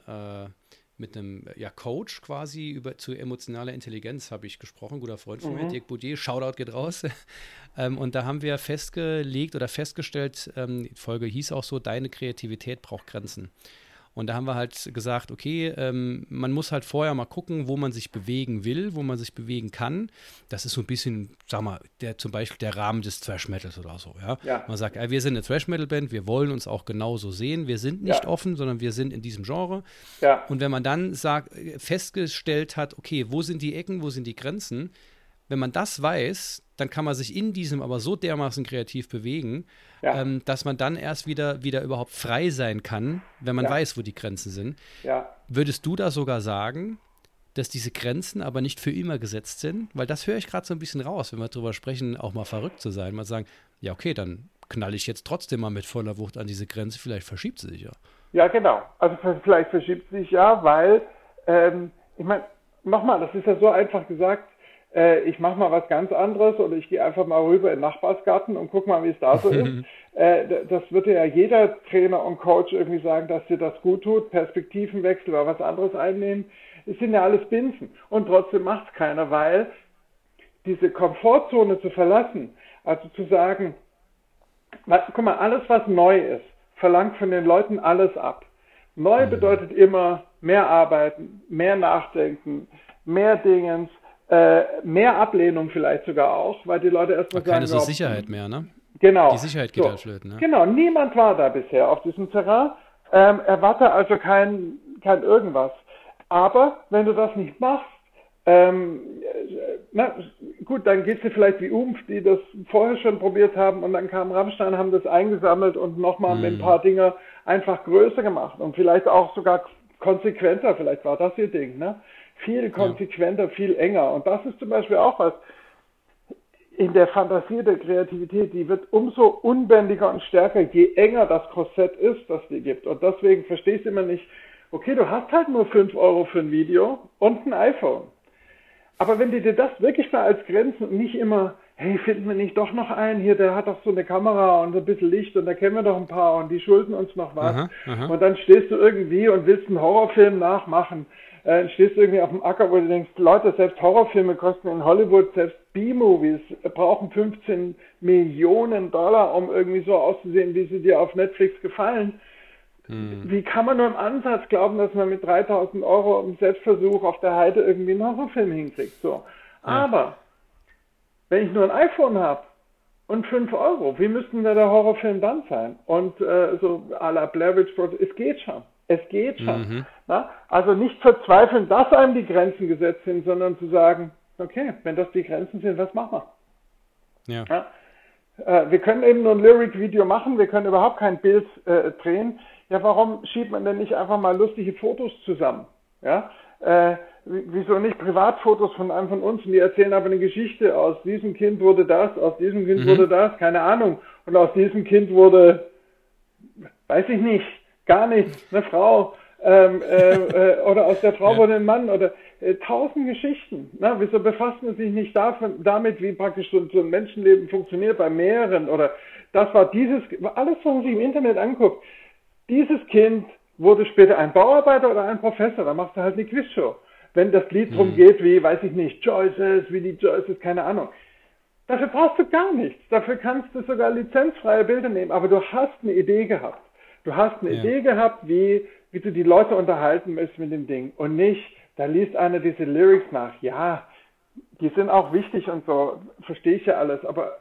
Coach quasi zu emotionaler Intelligenz habe ich gesprochen, guter Freund von mir, Dirk Boudier, Shoutout geht raus. Und da haben wir festgestellt, die Folge hieß auch so, deine Kreativität braucht Grenzen. Und da haben wir halt gesagt, okay, man muss halt vorher mal gucken, wo man sich bewegen will, wo man sich bewegen kann. Das ist so ein bisschen, sag mal, zum Beispiel der Rahmen des Thrash-Metals oder so. Ja? Man sagt, wir sind eine Thrash-Metal-Band, wir wollen uns auch genauso sehen. Wir sind nicht offen, sondern wir sind in diesem Genre. Ja. Und wenn man dann festgestellt hat, okay, wo sind die Ecken, wo sind die Grenzen, wenn man das weiß, dann kann man sich in diesem aber so dermaßen kreativ bewegen, dass man dann erst wieder überhaupt frei sein kann, wenn man weiß, wo die Grenzen sind. Ja. Würdest du da sogar sagen, dass diese Grenzen aber nicht für immer gesetzt sind? Weil das höre ich gerade so ein bisschen raus, wenn wir darüber sprechen, auch mal verrückt zu sein. Mal sagen, ja okay, dann knalle ich jetzt trotzdem mal mit voller Wucht an diese Grenze, vielleicht verschiebt sie sich ja. Ja, genau. Also vielleicht verschiebt sie sich ja, weil, ich meine, nochmal, das ist ja so einfach gesagt, ich mache mal was ganz anderes oder ich gehe einfach mal rüber in den Nachbarsgarten und guck mal, wie es da so ist. Das würde ja jeder Trainer und Coach irgendwie sagen, dass dir das gut tut, Perspektivenwechsel oder was anderes einnehmen. Es sind ja alles Binsen und trotzdem macht es keiner, weil diese Komfortzone zu verlassen, also zu sagen, guck mal, alles was neu ist, verlangt von den Leuten alles ab. Neu bedeutet immer mehr arbeiten, mehr nachdenken, mehr Dingens, mehr Ablehnung vielleicht sogar auch, weil die Leute erstmal sagen, keine so Sicherheit mehr, ne? Genau. Die Sicherheit geht halt flöten, ne? Genau, niemand war da bisher auf diesem Terrain. Erwarte also kein irgendwas. Aber wenn du das nicht machst, na gut, dann geht's dir vielleicht wie Umf, die das vorher schon probiert haben und dann kam Rammstein, haben das eingesammelt und nochmal mit ein paar Dinge einfach größer gemacht und vielleicht auch sogar konsequenter, vielleicht war das ihr Ding, ne? Viel konsequenter, viel enger. Und das ist zum Beispiel auch was in der Fantasie der Kreativität, die wird umso unbändiger und stärker, je enger das Korsett ist, das die gibt. Und deswegen verstehst du immer nicht, okay, du hast halt nur 5 Euro für ein Video und ein iPhone. Aber wenn du dir das wirklich mal als Grenzen und nicht immer, hey, finden wir nicht doch noch einen hier, der hat doch so eine Kamera und ein bisschen Licht und da kennen wir doch ein paar und die schulden uns noch was. Und dann stehst du irgendwie und willst einen Horrorfilm nachmachen. Stehst du irgendwie auf dem Acker, wo du denkst, Leute, selbst Horrorfilme kosten in Hollywood, selbst B-Movies brauchen 15 Millionen Dollar, um irgendwie so auszusehen, wie sie dir auf Netflix gefallen. Wie kann man nur im Ansatz glauben, dass man mit 3.000 Euro im Selbstversuch auf der Heide irgendwie einen Horrorfilm hinkriegt? So. Aber wenn ich nur ein iPhone habe und 5 Euro, wie müsste denn der Horrorfilm dann sein? Und so à la Blair Witch Project, es geht schon. Es geht schon. Na? Also nicht verzweifeln, dass einem die Grenzen gesetzt sind, sondern zu sagen, okay, wenn das die Grenzen sind, was machen wir? Ja? Wir können eben nur ein Lyric-Video machen, wir können überhaupt kein Bild drehen. Ja, warum schiebt man denn nicht einfach mal lustige Fotos zusammen? Ja? Wieso nicht Privatfotos von einem von uns? Und die erzählen aber eine Geschichte. Aus diesem Kind wurde das, aus diesem Kind wurde das, keine Ahnung. Und aus diesem Kind wurde, weiß ich nicht, gar nichts, eine Frau. Oder aus der Frau wurde ein Mann. Oder 1000 Geschichten. Na, wieso befassen wir sich nicht damit, wie praktisch so ein Menschenleben funktioniert bei mehreren? Oder das war alles, was man sich im Internet anguckt. Dieses Kind wurde später ein Bauarbeiter oder ein Professor, da machst du halt eine Quizshow. Wenn das Lied drum geht, wie, weiß ich nicht, Joyces, wie die Joyces, keine Ahnung. Dafür brauchst du gar nichts. Dafür kannst du sogar lizenzfreie Bilder nehmen, aber du hast eine Idee gehabt. Du hast eine Idee gehabt, wie du die Leute unterhalten willst mit dem Ding. Und nicht, da liest einer diese Lyrics nach. Ja, die sind auch wichtig und so, verstehe ich ja alles, aber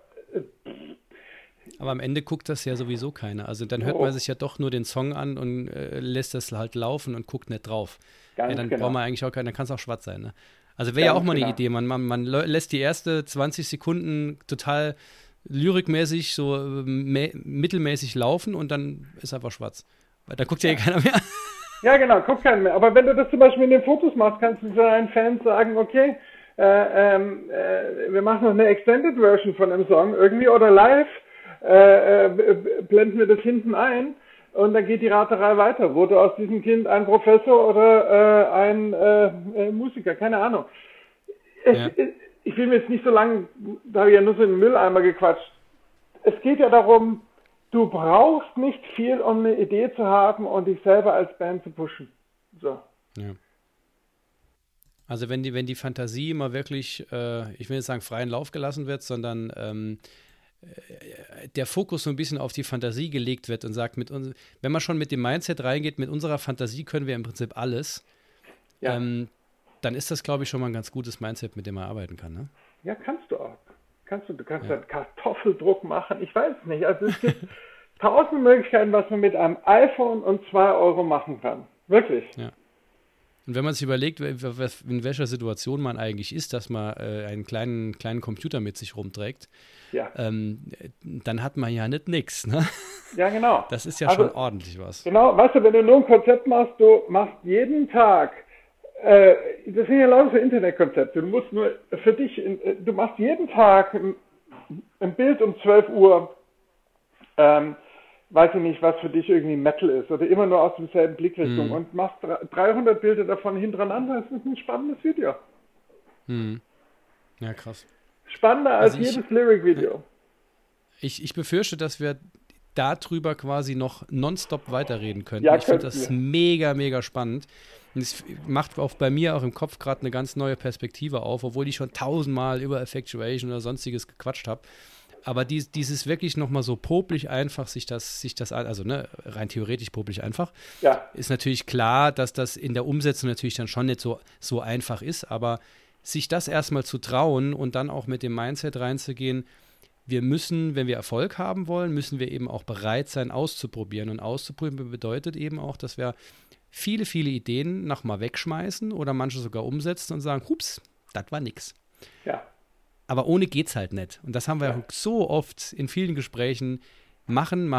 am Ende guckt das ja sowieso keiner. Also dann hört man sich ja doch nur den Song an und lässt das halt laufen und guckt nicht drauf. ganz Dann genau. braucht man eigentlich auch keinen, dann kann es auch schwarz sein. Ne? Also wäre ja auch mal eine Idee. Man lässt die erste 20 Sekunden total lyrikmäßig, so mittelmäßig laufen und dann ist einfach schwarz. Weil da guckt ja keiner mehr. Ja, genau, guckt keiner mehr. Aber wenn du das zum Beispiel in den Fotos machst, kannst du deinen Fans sagen, okay, wir machen noch eine Extended Version von dem Song irgendwie oder live, blenden wir das hinten ein und dann geht die Raterei weiter. Wurde aus diesem Kind ein Professor oder ein Musiker, keine Ahnung. Ich will mir jetzt nicht so lange, da habe ich ja nur so in den Mülleimer gequatscht. Es geht ja darum, du brauchst nicht viel, um eine Idee zu haben und dich selber als Band zu pushen. So. Ja. Also wenn die Fantasie mal wirklich, ich will nicht sagen freien Lauf gelassen wird, sondern der Fokus so ein bisschen auf die Fantasie gelegt wird und sagt, wenn man schon mit dem Mindset reingeht, mit unserer Fantasie können wir im Prinzip alles, dann ist das, glaube ich, schon mal ein ganz gutes Mindset, mit dem man arbeiten kann. Ne? Ja, kannst du auch. Du kannst einen Kartoffeldruck machen, ich weiß es nicht. Also es gibt 1000 Möglichkeiten, was man mit einem iPhone und 2 Euro machen kann. Wirklich. Ja. Und wenn man sich überlegt, in welcher Situation man eigentlich ist, dass man einen kleinen Computer mit sich rumträgt, dann hat man ja nicht nix. Ne? Ja, genau. Das ist ja schon ordentlich was. Genau, weißt du, wenn du nur ein Konzept machst, du machst jeden Tag, das sind ja lauter so Internetkonzepte, du musst nur für dich, du machst jeden Tag ein Bild um 12 Uhr, weiß ich nicht, was für dich irgendwie Metal ist oder immer nur aus demselben Blickrichtung und machst 300 Bilder davon hintereinander, das ist ein spannendes Video. Ja, krass. Spannender als jedes Lyric-Video. Ich befürchte, dass wir darüber quasi noch nonstop weiterreden könnten. Ja, ich finde das mega, mega spannend. Und es macht auch bei mir auch im Kopf gerade eine ganz neue Perspektive auf, obwohl ich schon 1000-mal über Effectuation oder sonstiges gequatscht habe. Aber dieses wirklich nochmal so popelig einfach sich das also rein theoretisch popelig einfach, ist natürlich klar, dass das in der Umsetzung natürlich dann schon nicht so einfach ist, aber sich das erstmal zu trauen und dann auch mit dem Mindset reinzugehen, wir müssen, wenn wir Erfolg haben wollen, müssen wir eben auch bereit sein, auszuprobieren. Und auszuprobieren bedeutet eben auch, dass wir viele, viele Ideen nochmal wegschmeißen oder manche sogar umsetzen und sagen, hups, das war nix. Ja. Aber ohne geht's halt nicht. Und das haben wir so oft in vielen Gesprächen. Machen.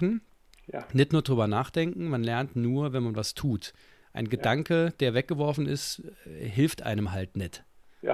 Ja. Nicht nur drüber nachdenken, man lernt nur, wenn man was tut. Ein Gedanke, der weggeworfen ist, hilft einem halt nicht. Ja.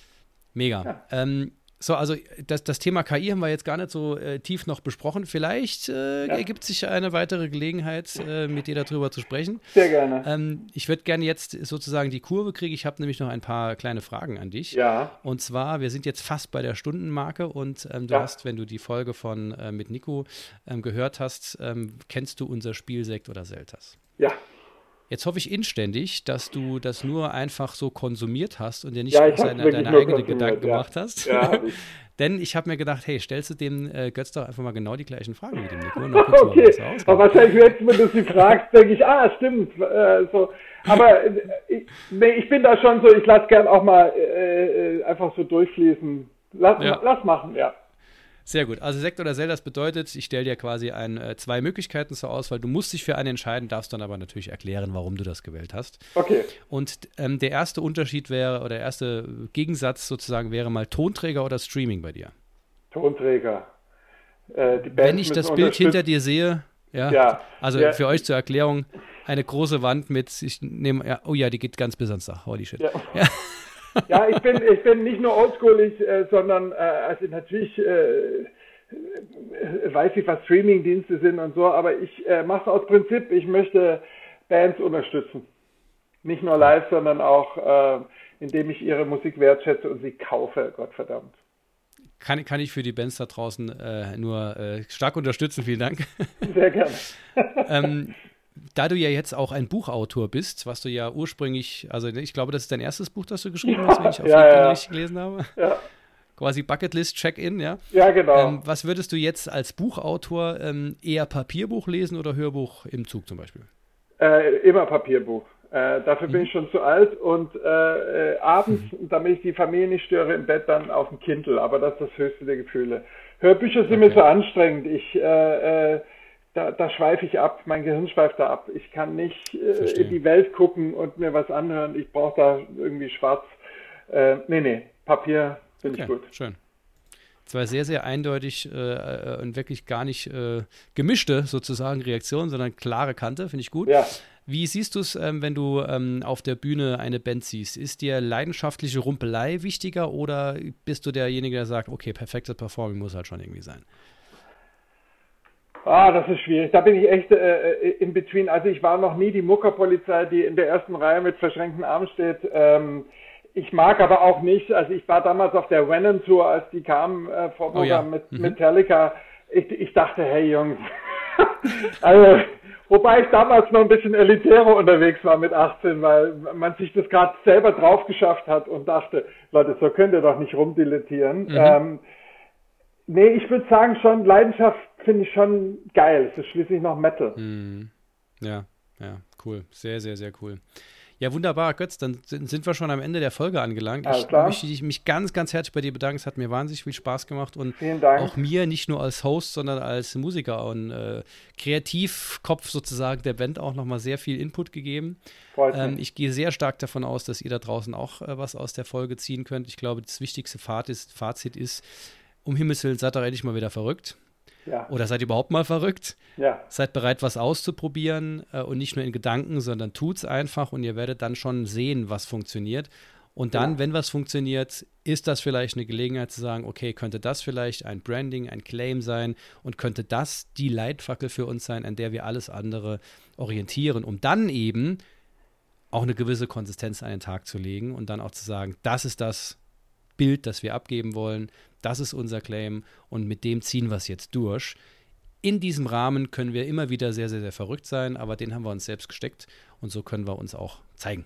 Mega. Ja. Also das Thema KI haben wir jetzt gar nicht so tief noch besprochen. Vielleicht ergibt sich eine weitere Gelegenheit, mit dir darüber zu sprechen. Sehr gerne. Ich würde gerne jetzt sozusagen die Kurve kriegen. Ich habe nämlich noch ein paar kleine Fragen an dich. Ja. Und zwar, wir sind jetzt fast bei der Stundenmarke und du hast, wenn du die Folge mit Nico gehört hast, kennst du unser Spiel Sekt oder Selters? Ja. Jetzt hoffe ich inständig, dass du das nur einfach so konsumiert hast und dir nicht deine eigenen Gedanken gemacht hast. Ja, Denn ich habe mir gedacht, hey, stellst du dem Götz doch einfach mal genau die gleichen Fragen wie dem Nico. Und dann okay, mal, aber wahrscheinlich jetzt, wenn du sie fragst, denke ich, stimmt. So. Aber ich bin da schon so, ich lasse gern auch mal einfach so durchfließen. Lass machen, ja. Sehr gut. Also Sekt oder Selters bedeutet, ich stelle dir quasi zwei Möglichkeiten zur Auswahl. Du musst dich für eine entscheiden, darfst dann aber natürlich erklären, warum du das gewählt hast. Okay. Und der erste Unterschied wäre, oder der erste Gegensatz sozusagen wäre mal Tonträger oder Streaming bei dir? Tonträger. Wenn ich das Bild hinter dir sehe, für euch zur Erklärung, eine große Wand mit, die geht ganz bis ans Dach. Holy shit. Ja. Ja, ich bin nicht nur oldschoolig, sondern also natürlich weiß ich, was Streaming-Dienste sind und so, aber ich mache es aus Prinzip, ich möchte Bands unterstützen. Nicht nur live, sondern auch, indem ich ihre Musik wertschätze und sie kaufe, Gottverdammt. Kann ich für die Bands da draußen nur stark unterstützen, vielen Dank. Sehr gerne. Da du ja jetzt auch ein Buchautor bist, was du ja ursprünglich, also ich glaube, das ist dein erstes Buch, das du geschrieben hast, wenn ich auf LinkedIn richtig gelesen habe. Ja. Quasi Bucketlist, Check-in, ja? Ja, genau. Was würdest du jetzt als Buchautor eher Papierbuch lesen oder Hörbuch im Zug zum Beispiel? Immer Papierbuch. Dafür bin ich schon zu alt und abends, damit ich die Familie nicht störe, im Bett dann auf dem Kindle. Aber das ist das höchste der Gefühle. Hörbücher sind mir so anstrengend. Da schweife ich ab. Mein Gehirn schweift da ab. Ich kann nicht in die Welt gucken und mir was anhören. Ich brauche da irgendwie schwarz. Papier finde ich gut. Schön. Zwar sehr, sehr eindeutig und wirklich gar nicht gemischte sozusagen Reaktion, sondern klare Kante, finde ich gut. Ja. Wie siehst du es, wenn du auf der Bühne eine Band siehst? Ist dir leidenschaftliche Rumpelei wichtiger oder bist du derjenige, der sagt, okay, perfektes Performing muss halt schon irgendwie sein? Das ist schwierig. Da bin ich echt in between. Also ich war noch nie die Muckerpolizei, die in der ersten Reihe mit verschränkten Armen steht. Ich mag aber auch nicht, also ich war damals auf der Venom Tour, als die kamen Vorprogramm mit Metallica. Ich dachte, hey Jungs, also wobei ich damals noch ein bisschen elitärer unterwegs war mit 18, weil man sich das gerade selber drauf geschafft hat und dachte, Leute, so könnt ihr doch nicht rumdilettieren. Ich würde sagen schon, Leidenschaft finde ich schon geil. Es ist schließlich noch Metal. Ja, cool. Sehr, sehr, sehr cool. Ja, wunderbar, Götz, dann sind wir schon am Ende der Folge angelangt. Ich möchte mich ganz, ganz herzlich bei dir bedanken. Es hat mir wahnsinnig viel Spaß gemacht und auch mir, nicht nur als Host, sondern als Musiker und Kreativkopf sozusagen der Band auch nochmal sehr viel Input gegeben. Ich gehe sehr stark davon aus, dass ihr da draußen auch was aus der Folge ziehen könnt. Ich glaube, das wichtigste Fazit ist, um Himmels Willen, seid doch endlich mal wieder verrückt. Ja. Oder seid ihr überhaupt mal verrückt? Ja. Seid bereit, was auszuprobieren und nicht nur in Gedanken, sondern tut's einfach und ihr werdet dann schon sehen, was funktioniert. Und dann, wenn was funktioniert, ist das vielleicht eine Gelegenheit zu sagen, okay, könnte das vielleicht ein Branding, ein Claim sein und könnte das die Leitfackel für uns sein, an der wir alles andere orientieren, um dann eben auch eine gewisse Konsistenz an den Tag zu legen und dann auch zu sagen, das ist das Bild, das wir abgeben wollen, das ist unser Claim und mit dem ziehen wir es jetzt durch. In diesem Rahmen können wir immer wieder sehr, sehr, sehr verrückt sein, aber den haben wir uns selbst gesteckt und so können wir uns auch zeigen.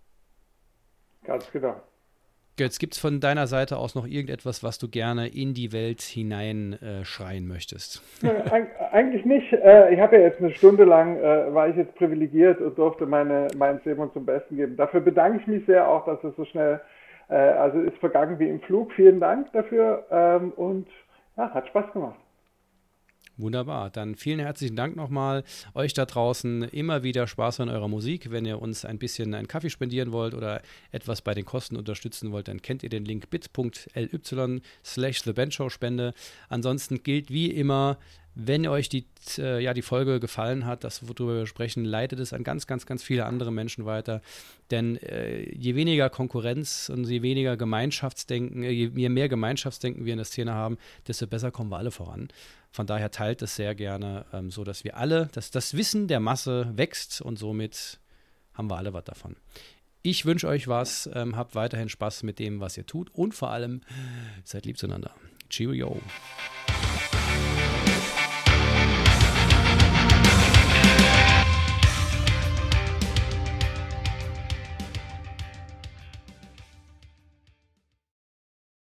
Ganz genau. Götz, gibt es von deiner Seite aus noch irgendetwas, was du gerne in die Welt hinein schreien möchtest? Eigentlich nicht. Ich habe ja jetzt eine Stunde lang, war ich jetzt privilegiert und durfte meinen Simon zum Besten geben. Dafür bedanke ich mich sehr auch, dass es so schnell ist vergangen wie im Flug. Vielen Dank dafür und hat Spaß gemacht. Wunderbar. Dann vielen herzlichen Dank nochmal. Euch da draußen immer wieder Spaß an eurer Musik. Wenn ihr uns ein bisschen einen Kaffee spendieren wollt oder etwas bei den Kosten unterstützen wollt, dann kennt ihr den Link bit.ly/TheBandShow-Spende. Ansonsten gilt wie immer, wenn euch die Folge gefallen hat, das, worüber wir sprechen, leitet es an ganz, ganz, ganz viele andere Menschen weiter. Denn je weniger Konkurrenz und je weniger Gemeinschaftsdenken, je mehr Gemeinschaftsdenken wir in der Szene haben, desto besser kommen wir alle voran. Von daher teilt es sehr gerne, so dass wir alle, dass das Wissen der Masse wächst und somit haben wir alle was davon. Ich wünsche euch was, habt weiterhin Spaß mit dem, was ihr tut und vor allem seid lieb zueinander. Cheerio.